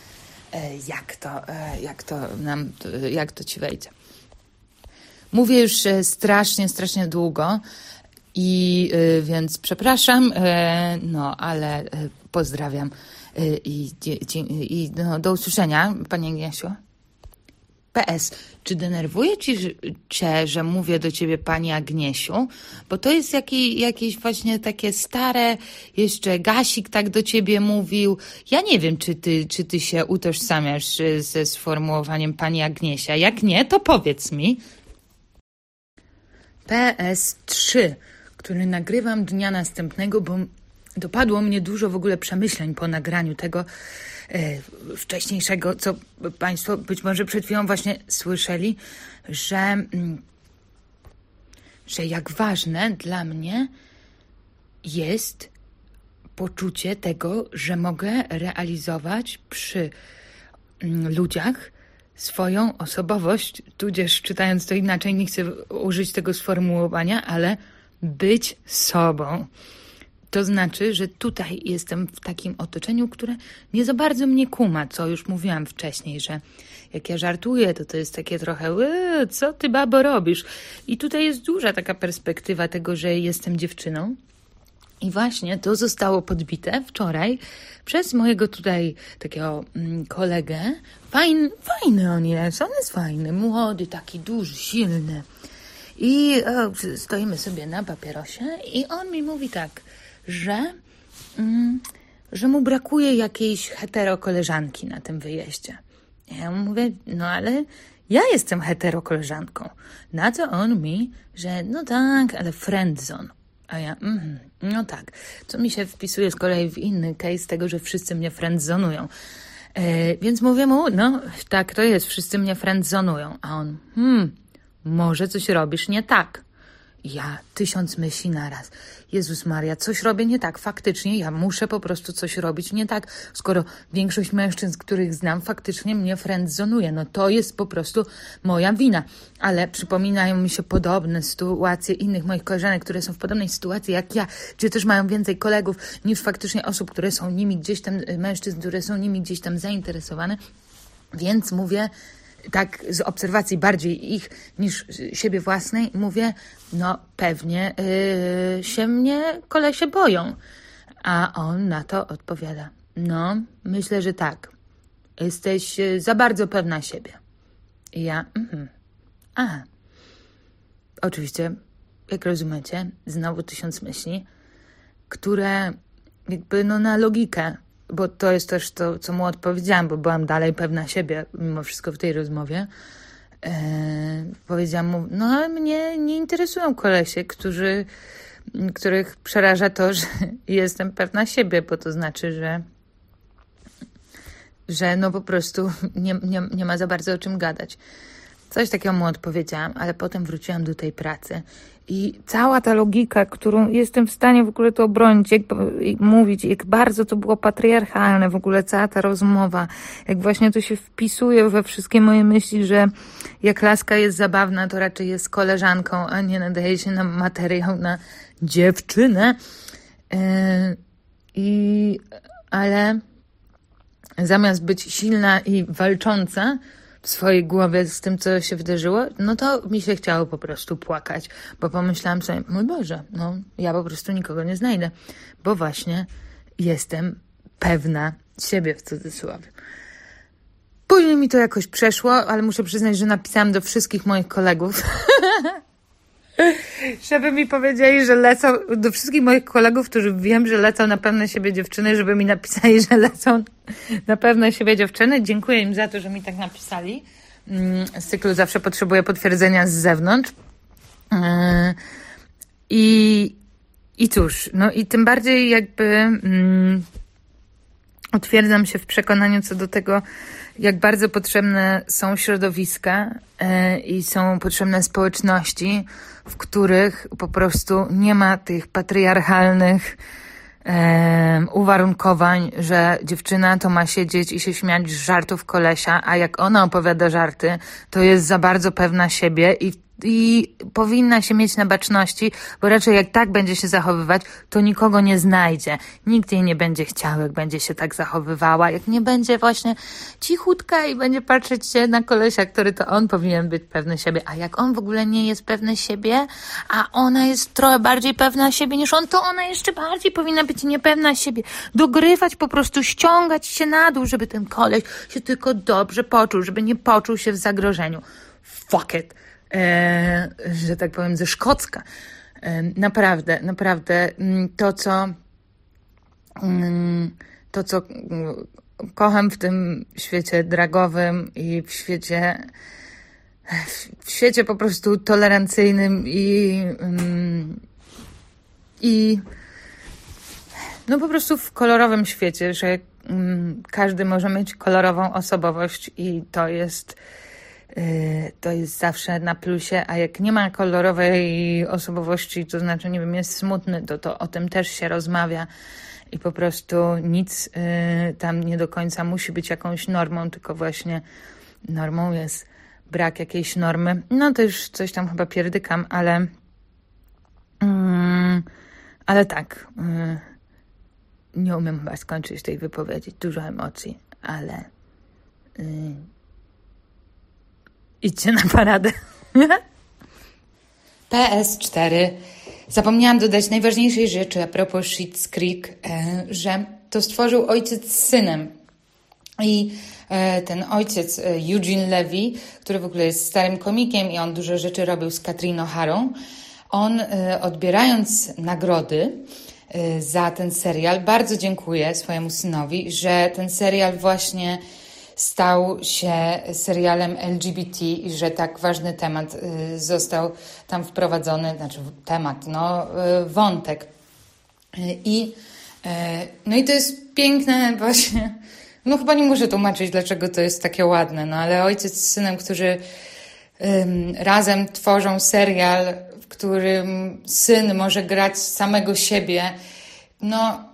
jak to ci wejdzie. Mówię już strasznie długo i więc przepraszam, ale pozdrawiam i do usłyszenia, Pani Agniesiu. PS, czy denerwuje cię, że mówię do ciebie Pani Agniesiu? Bo to jest jakieś właśnie takie stare, jeszcze Gasik tak do ciebie mówił. Ja nie wiem, czy ty się utożsamiasz ze sformułowaniem Pani Agniesia. Jak nie, to powiedz mi. PS3, który nagrywam dnia następnego, bo dopadło mnie dużo w ogóle przemyśleń po nagraniu tego wcześniejszego, co Państwo być może przed chwilą właśnie słyszeli, że jak ważne dla mnie jest poczucie tego, że mogę realizować przy ludziach swoją osobowość, tudzież czytając to inaczej, nie chcę użyć tego sformułowania, ale być sobą. To znaczy, że tutaj jestem w takim otoczeniu, które nie za bardzo mnie kuma, co już mówiłam wcześniej, że jak ja żartuję, to jest takie trochę, co ty, babo, robisz? I tutaj jest duża taka perspektywa tego, że jestem dziewczyną. I właśnie to zostało podbite wczoraj przez mojego tutaj takiego kolegę. Fajny on jest fajny, młody, taki duży, silny. I stoimy sobie na papierosie i on mi mówi tak, że mu brakuje jakiejś hetero koleżanki na tym wyjeździe. Ja mu mówię, ale ja jestem hetero koleżanką. Na co on mi, że tak, ale friendzone. A ja, tak. Co mi się wpisuje z kolei w inny case tego, że wszyscy mnie friendzonują. Więc mówię mu, tak to jest, wszyscy mnie friendzonują. A on, może coś robisz nie tak. Ja 1000 myśli naraz. Jezus Maria, coś robię nie tak. Faktycznie ja muszę po prostu coś robić nie tak, skoro większość mężczyzn, których znam, faktycznie mnie friendzonuje. To jest po prostu moja wina. Ale przypominają mi się podobne sytuacje innych moich koleżanek, które są w podobnej sytuacji jak ja, gdzie też mają więcej kolegów niż faktycznie osób, które są nimi gdzieś tam, mężczyzn, które są nimi gdzieś tam zainteresowane. Więc mówię, tak z obserwacji bardziej ich niż siebie własnej, mówię, no pewnie się mnie kolesie boją. A on na to odpowiada, no myślę, że tak. Jesteś za bardzo pewna siebie. I ja, Oczywiście, jak rozumiecie, znowu 1000 myśli, które jakby na logikę, bo to jest też to, co mu odpowiedziałam, bo byłam dalej pewna siebie, mimo wszystko w tej rozmowie. Powiedziałam mu, no mnie nie interesują kolesie, których przeraża to, że jestem pewna siebie, bo to znaczy, że no po prostu nie ma za bardzo o czym gadać. Coś takiego mu odpowiedziałam, ale potem wróciłam do tej pracy i cała ta logika, którą jestem w stanie w ogóle to obronić, mówić, jak bardzo to było patriarchalne, w ogóle cała ta rozmowa, jak właśnie to się wpisuje we wszystkie moje myśli, że jak laska jest zabawna, to raczej jest koleżanką, a nie nadaje się na materiał na dziewczynę. Ale zamiast być silna i walcząca w swojej głowie z tym, co się wydarzyło, no to mi się chciało po prostu płakać, bo pomyślałam sobie, mój Boże, no ja po prostu nikogo nie znajdę, bo właśnie jestem pewna siebie, w cudzysłowie. Później mi to jakoś przeszło, ale muszę przyznać, że napisałam do wszystkich moich kolegów, żeby mi powiedzieli, że lecą, do wszystkich moich kolegów, którzy wiem, że lecą na pewne siebie dziewczyny, żeby mi napisali, że lecą na pewne siebie dziewczyny. Dziękuję im za to, że mi tak napisali. Z cyklu zawsze potrzebuję potwierdzenia z zewnątrz. I cóż, no i tym bardziej jakby utwierdzam się w przekonaniu co do tego, jak bardzo potrzebne są środowiska i są potrzebne społeczności, w których po prostu nie ma tych patriarchalnych uwarunkowań, że dziewczyna to ma siedzieć i się śmiać z żartów kolesia, a jak ona opowiada żarty, to jest za bardzo pewna siebie i powinna się mieć na baczności, bo raczej jak tak będzie się zachowywać, to nikogo nie znajdzie. Nikt jej nie będzie chciał, jak będzie się tak zachowywała, jak nie będzie właśnie cichutka i będzie patrzeć się na kolesia, który to on powinien być pewny siebie, a jak on w ogóle nie jest pewny siebie, a ona jest trochę bardziej pewna siebie niż on, to ona jeszcze bardziej powinna być niepewna siebie. Dogrywać po prostu, ściągać się na dół, żeby ten koleś się tylko dobrze poczuł, żeby nie poczuł się w zagrożeniu. Fuck it. Że tak powiem, ze Szkocka. Naprawdę to, co kocham w tym świecie dragowym i w świecie po prostu tolerancyjnym i no po prostu w kolorowym świecie, że każdy może mieć kolorową osobowość i to jest zawsze na plusie, a jak nie ma kolorowej osobowości, to znaczy, nie wiem, jest smutny, to o tym też się rozmawia i po prostu nic tam nie do końca musi być jakąś normą, tylko właśnie normą jest brak jakiejś normy. No to już coś tam chyba pierdykam, ale tak, nie umiem chyba skończyć tej wypowiedzi. Dużo emocji, ale idźcie na paradę. PS4. Zapomniałam dodać najważniejszej rzeczy a propos Schitt's Creek, że to stworzył ojciec z synem. I ten ojciec, Eugene Levy, który w ogóle jest starym komikiem i on dużo rzeczy robił z Catherine O'Harą, on odbierając nagrody za ten serial, bardzo dziękuję swojemu synowi, że ten serial właśnie stał się serialem LGBT i że tak ważny temat został tam wprowadzony, wątek. No i to jest piękne właśnie, no chyba nie muszę tłumaczyć, dlaczego to jest takie ładne, no ale ojciec z synem, którzy razem tworzą serial, w którym syn może grać samego siebie, no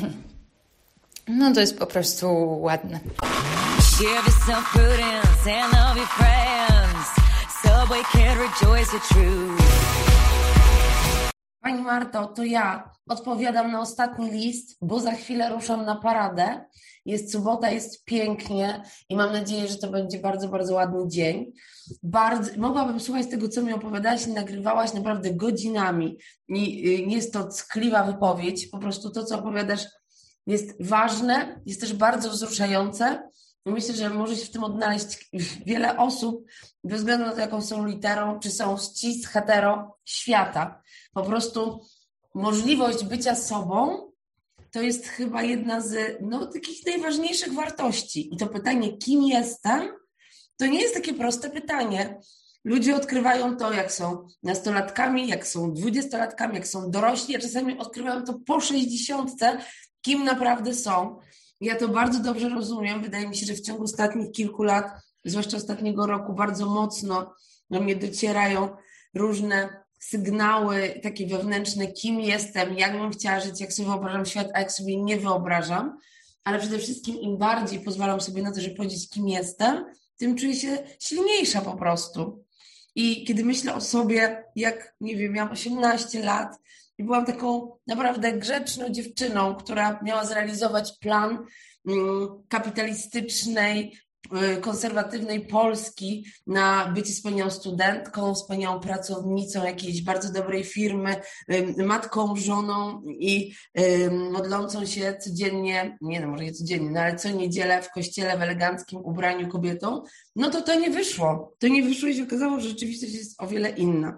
to jest po prostu ładne. Give yourself prudence and love your friends. Subway can rejoice the truth. Pani Marto, to ja odpowiadam na ostatni list, bo za chwilę ruszam na paradę. Jest sobota, jest pięknie i mam nadzieję, że to będzie bardzo, bardzo ładny dzień. Mogłabym słuchać tego, co mi opowiadałaś i nagrywałaś naprawdę godzinami. I nie jest to ckliwa wypowiedź, po prostu to, co opowiadasz, jest ważne, jest też bardzo wzruszające. I myślę, że może się w tym odnaleźć wiele osób, bez względu na to, jaką są literą, czy są cis, hetero świata. Po prostu możliwość bycia sobą to jest chyba jedna z takich najważniejszych wartości. I to pytanie, kim jestem, to nie jest takie proste pytanie. Ludzie odkrywają to, jak są nastolatkami, jak są dwudziestolatkami, jak są dorośli, a czasami odkrywają to po 60, kim naprawdę są. Ja to bardzo dobrze rozumiem. Wydaje mi się, że w ciągu ostatnich kilku lat, zwłaszcza ostatniego roku, bardzo mocno do mnie docierają różne sygnały takie wewnętrzne, kim jestem, jak bym chciała żyć, jak sobie wyobrażam świat, a jak sobie nie wyobrażam. Ale przede wszystkim im bardziej pozwalam sobie na to, żeby powiedzieć, kim jestem, tym czuję się silniejsza po prostu. I kiedy myślę o sobie, jak, nie wiem, miałam 18 lat i byłam taką naprawdę grzeczną dziewczyną, która miała zrealizować plan kapitalistycznej, konserwatywnej Polski na bycie wspaniałą studentką, wspaniałą pracownicą jakiejś bardzo dobrej firmy, matką, żoną i modlącą się codziennie, może nie codziennie, ale co niedzielę w kościele w eleganckim ubraniu kobietą, to nie wyszło. To nie wyszło i się okazało, że rzeczywistość jest o wiele inna.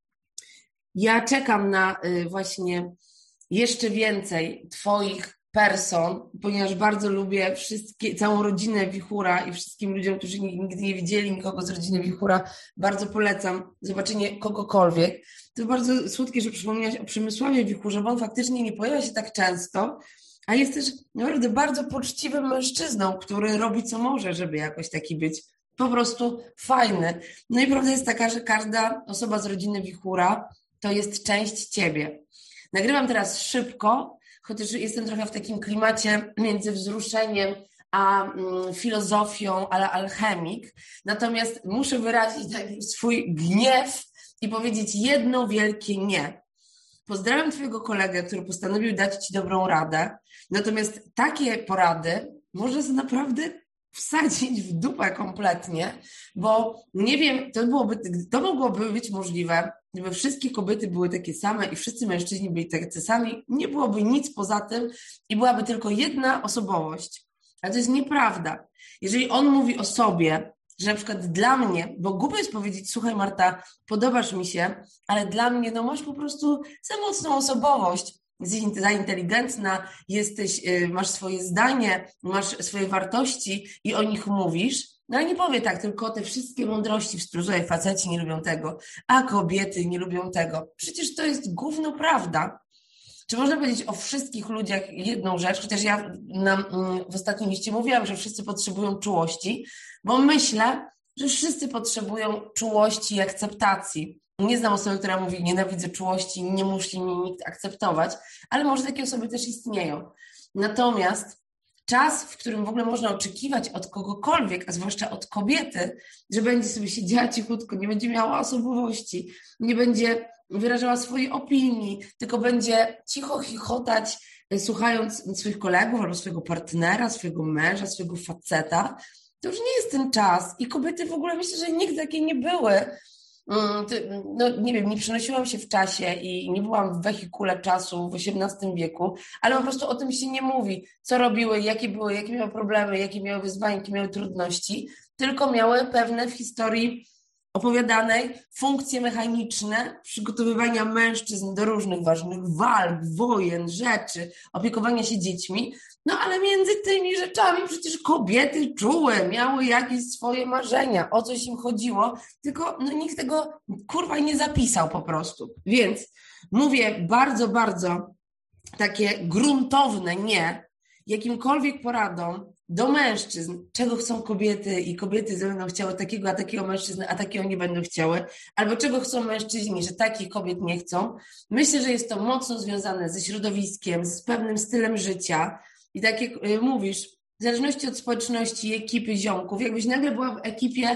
Ja czekam na właśnie jeszcze więcej Twoich person, ponieważ bardzo lubię całą rodzinę Wichura i wszystkim ludziom, którzy nigdy nie widzieli nikogo z rodziny Wichura, bardzo polecam zobaczenie kogokolwiek. To bardzo słodkie, że przypomniałaś o Przemysławie Wichurze, bo on faktycznie nie pojawia się tak często, a jest też naprawdę bardzo poczciwym mężczyzną, który robi co może, żeby jakoś taki być. Po prostu fajny. No i prawda jest taka, że każda osoba z rodziny Wichura to jest część ciebie. Nagrywam teraz szybko, chociaż jestem trochę w takim klimacie między wzruszeniem a filozofią a la alchemik. Natomiast muszę wyrazić swój gniew i powiedzieć jedno wielkie nie. Pozdrawiam Twojego kolegę, który postanowił dać Ci dobrą radę. Natomiast takie porady można sobie naprawdę wsadzić w dupę kompletnie, bo nie wiem, to mogłoby być możliwe, gdyby wszystkie kobiety były takie same i wszyscy mężczyźni byli tacy sami, nie byłoby nic poza tym i byłaby tylko jedna osobowość. Ale to jest nieprawda. Jeżeli on mówi o sobie, że na przykład dla mnie, bo głupio jest powiedzieć, słuchaj Marta, podobasz mi się, ale dla mnie masz po prostu za mocną osobowość. Jesteś za inteligentna, masz swoje zdanie, masz swoje wartości i o nich mówisz. No ale nie powie tak, tylko te wszystkie mądrości w stylu, że faceci nie lubią tego, a kobiety nie lubią tego. Przecież to jest gówno prawda. Czy można powiedzieć o wszystkich ludziach jedną rzecz, chociaż ja w ostatnim liście mówiłam, że wszyscy potrzebują czułości, bo myślę, że wszyscy potrzebują czułości i akceptacji. Nie znam osoby, która mówi, nienawidzę czułości, nie musi mnie nikt akceptować, ale może takie osoby też istnieją. Natomiast czas, w którym w ogóle można oczekiwać od kogokolwiek, a zwłaszcza od kobiety, że będzie sobie siedziała cichutko, nie będzie miała osobowości, nie będzie wyrażała swojej opinii, tylko będzie cicho chichotać, słuchając swoich kolegów albo swojego partnera, swojego męża, swojego faceta, to już nie jest ten czas. I kobiety w ogóle myślę, że nigdy takie nie były. Nie wiem, nie przenosiłam się w czasie i nie byłam w wehikule czasu w XVIII wieku, ale po prostu o tym się nie mówi, co robiły, jakie miały problemy, jakie miały wyzwania, jakie miały trudności, tylko miały pewne w historii opowiadanej funkcje mechaniczne przygotowywania mężczyzn do różnych ważnych walk, wojen, rzeczy, opiekowania się dziećmi, ale między tymi rzeczami przecież kobiety czuły, miały jakieś swoje marzenia, o coś im chodziło, tylko nikt tego kurwa nie zapisał po prostu. Więc mówię bardzo, bardzo takie gruntowne nie jakimkolwiek poradom do mężczyzn, czego chcą kobiety i kobiety będą chciały takiego, a takiego mężczyznę, a takiego nie będą chciały, albo czego chcą mężczyźni, że takich kobiet nie chcą. Myślę, że jest to mocno związane ze środowiskiem, z pewnym stylem życia i tak jak mówisz, w zależności od społeczności, ekipy ziomków, jakbyś nagle była w ekipie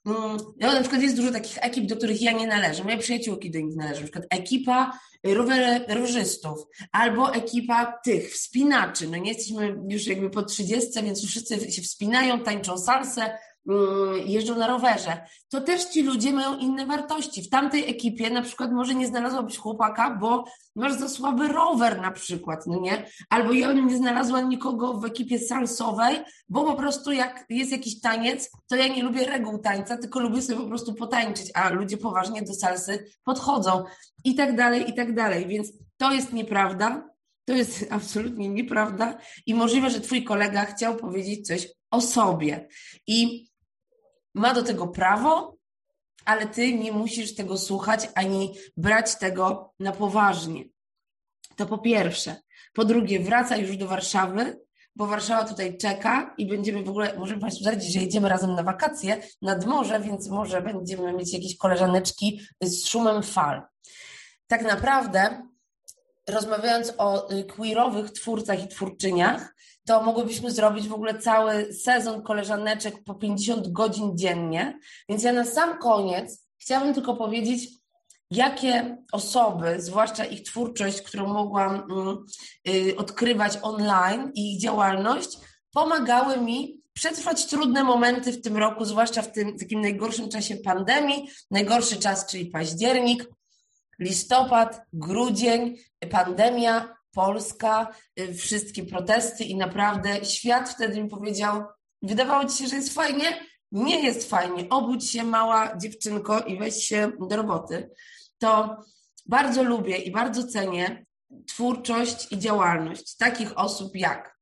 No, na przykład jest dużo takich ekip, do których ja nie należę. Moje przyjaciółki do nich należą. Na przykład ekipa rowerzystów albo ekipa tych wspinaczy. No nie jesteśmy już jakby po 30, więc już wszyscy się wspinają, tańczą salsę, jeżdżą na rowerze. To też ci ludzie mają inne wartości. W tamtej ekipie na przykład może nie znalazłabyś chłopaka, bo masz za słaby rower na przykład, no nie? Albo ja bym nie znalazła nikogo w ekipie salsowej, bo po prostu jak jest jakiś taniec, to ja nie lubię reguł tańca, tylko lubię sobie po prostu potańczyć, a ludzie poważnie do salsy podchodzą i tak dalej, i tak dalej. Więc to jest nieprawda, to jest absolutnie nieprawda i możliwe, że twój kolega chciał powiedzieć coś o sobie i ma do tego prawo, ale ty nie musisz tego słuchać ani brać tego na poważnie. To po pierwsze. Po drugie, wracaj już do Warszawy, bo Warszawa tutaj czeka i będziemy w ogóle, możemy Państwu zdradzić, że jedziemy razem na wakacje nad morze, więc może będziemy mieć jakieś koleżaneczki z szumem fal. Tak naprawdę, rozmawiając o queerowych twórcach i twórczyniach, to mogłybyśmy zrobić w ogóle cały sezon koleżaneczek po 50 godzin dziennie. Więc ja na sam koniec chciałabym tylko powiedzieć, jakie osoby, zwłaszcza ich twórczość, którą mogłam odkrywać online i ich działalność, pomagały mi przetrwać trudne momenty w tym roku, zwłaszcza w tym takim najgorszym czasie pandemii. Najgorszy czas, czyli październik, listopad, grudzień, pandemia, Polska, wszystkie protesty i naprawdę świat wtedy mi powiedział, wydawało ci się, że jest fajnie? Nie jest fajnie. Obudź się, mała dziewczynko, i weź się do roboty. To bardzo lubię i bardzo cenię twórczość i działalność takich osób jak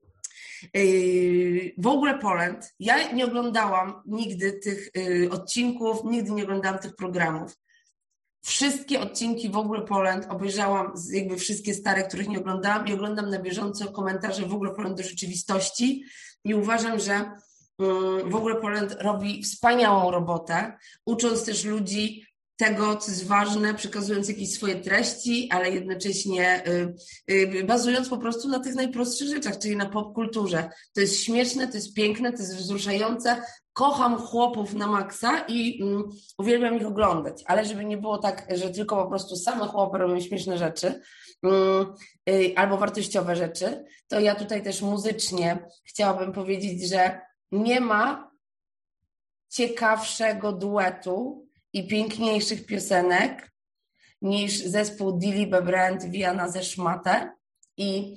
w ogóle Poland. Ja nie oglądałam nigdy tych odcinków, nigdy nie oglądałam tych programów. Wszystkie odcinki w ogóle Poland obejrzałam, jakby wszystkie stare, których nie oglądałam i oglądam na bieżąco komentarze w ogóle Poland do rzeczywistości i uważam, że w ogóle Poland robi wspaniałą robotę, ucząc też ludzi tego, co jest ważne, przekazując jakieś swoje treści, ale jednocześnie bazując po prostu na tych najprostszych rzeczach, czyli na popkulturze. To jest śmieszne, to jest piękne, to jest wzruszające. Kocham chłopów na maksa i uwielbiam ich oglądać, ale żeby nie było tak, że tylko po prostu same chłopy robią śmieszne rzeczy albo wartościowe rzeczy, to ja tutaj też muzycznie chciałabym powiedzieć, że nie ma ciekawszego duetu i piękniejszych piosenek niż zespół Dilibe Brand Wiana ze Szmatę i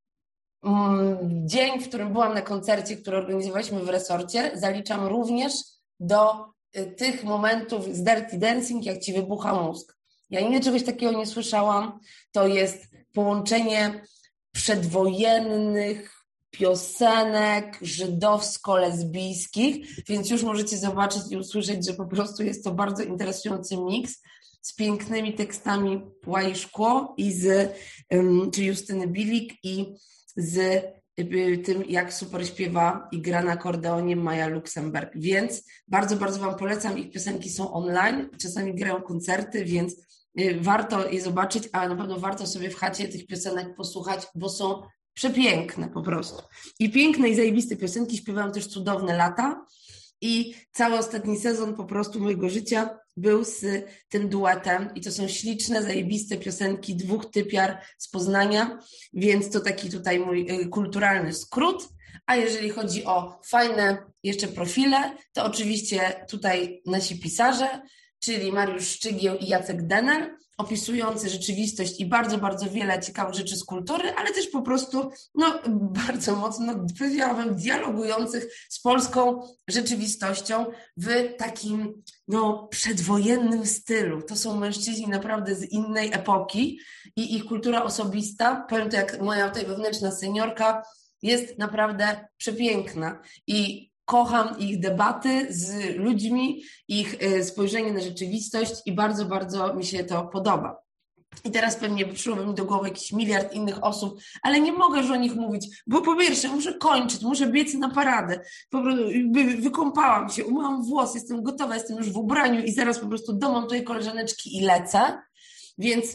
dzień, w którym byłam na koncercie, który organizowaliśmy w resorcie, zaliczam również do tych momentów z Dirty Dancing, jak ci wybucha mózg. Ja nigdy czegoś takiego nie słyszałam. To jest połączenie przedwojennych piosenek żydowsko-lesbijskich, więc już możecie zobaczyć i usłyszeć, że po prostu jest to bardzo interesujący miks z pięknymi tekstami Płaj Szkło i czyli Justyny Bilik i z tym, jak super śpiewa i gra na akordeonie Maja Luksemberg. Więc bardzo, bardzo Wam polecam. Ich piosenki są online, czasami grają koncerty, więc warto je zobaczyć, ale na pewno warto sobie w chacie tych piosenek posłuchać, bo są przepiękne po prostu. I piękne i zajebiste piosenki śpiewałam też Cudowne lata i cały ostatni sezon po prostu mojego życia był z tym duetem i to są śliczne, zajebiste piosenki dwóch typiar z Poznania, więc to taki tutaj mój kulturalny skrót. A jeżeli chodzi o fajne jeszcze profile, to oczywiście tutaj nasi pisarze, czyli Mariusz Szczygieł i Jacek Denel, opisujący rzeczywistość i bardzo, bardzo wiele ciekawych rzeczy z kultury, ale też po prostu bardzo mocno, powiedziałabym, dialogujących z polską rzeczywistością w takim przedwojennym stylu. To są mężczyźni naprawdę z innej epoki i ich kultura osobista, powiem to jak moja tutaj wewnętrzna seniorka, jest naprawdę przepiękna i kocham ich debaty z ludźmi, ich spojrzenie na rzeczywistość i bardzo, bardzo mi się to podoba. I teraz pewnie przyszłoby mi do głowy jakiś miliard innych osób, ale nie mogę już o nich mówić, bo po pierwsze muszę kończyć, muszę biec na paradę. Po prostu wykąpałam się, umyłam włos, jestem gotowa, jestem już w ubraniu i zaraz po prostu domontuję koleżaneczki i lecę. Więc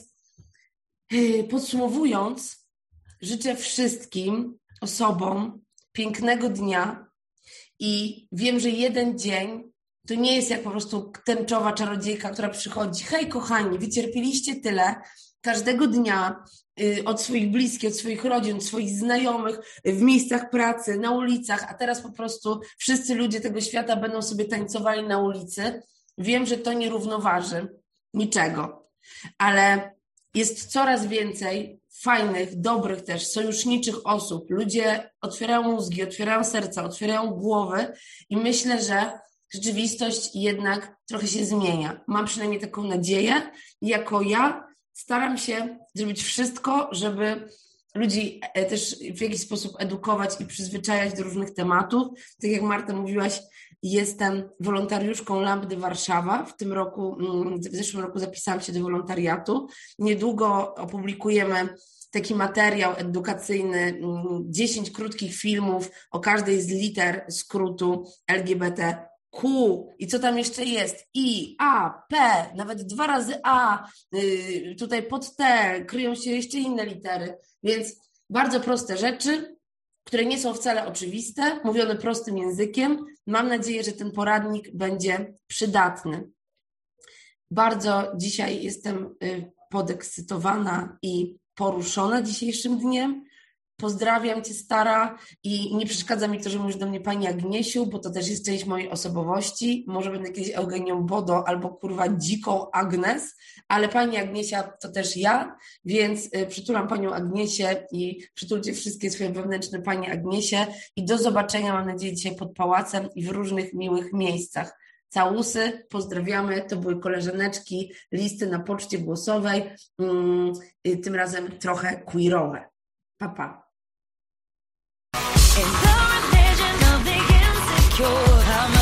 podsumowując, życzę wszystkim osobom pięknego dnia. I wiem, że jeden dzień To nie jest jak po prostu tęczowa czarodziejka, która przychodzi. Hej, kochani, wycierpieliście tyle każdego dnia od swoich bliskich, od swoich rodzin, od swoich znajomych, w miejscach pracy, na ulicach, a teraz po prostu wszyscy ludzie tego świata będą sobie tańcowali na ulicy. Wiem, że to nie równoważy niczego, ale jest coraz więcej fajnych, dobrych też, sojuszniczych osób. Ludzie otwierają mózgi, otwierają serca, otwierają głowy i myślę, że rzeczywistość jednak trochę się zmienia. Mam przynajmniej taką nadzieję i jako ja staram się zrobić wszystko, żeby ludzi też w jakiś sposób edukować i przyzwyczajać do różnych tematów. Tak jak Marta mówiłaś, jestem wolontariuszką Lambdy Warszawa. W zeszłym roku zapisałam się do wolontariatu. Niedługo opublikujemy taki materiał edukacyjny, 10 krótkich filmów o każdej z liter skrótu LGBTQ. I co tam jeszcze jest? I, A, P, nawet 2 razy A, tutaj pod T kryją się jeszcze inne litery. Więc bardzo proste rzeczy, które nie są wcale oczywiste, mówione prostym językiem. Mam nadzieję, że ten poradnik będzie przydatny. Bardzo dzisiaj jestem podekscytowana i poruszona dzisiejszym dniem. Pozdrawiam Cię, stara, i nie przeszkadza mi to, że mówisz do mnie Pani Agniesiu, bo to też jest część mojej osobowości. Może będę kiedyś Eugenią Bodo albo kurwa dziką Agnes, ale Pani Agniesia to też ja, więc przytulam Panią Agniesię i przytulcie wszystkie swoje wewnętrzne Pani Agniesie i do zobaczenia, mam nadzieję, dzisiaj pod pałacem i w różnych miłych miejscach. Całusy, pozdrawiamy, to były koleżaneczki, listy na poczcie głosowej, tym razem trochę queerowe. Pa, pa.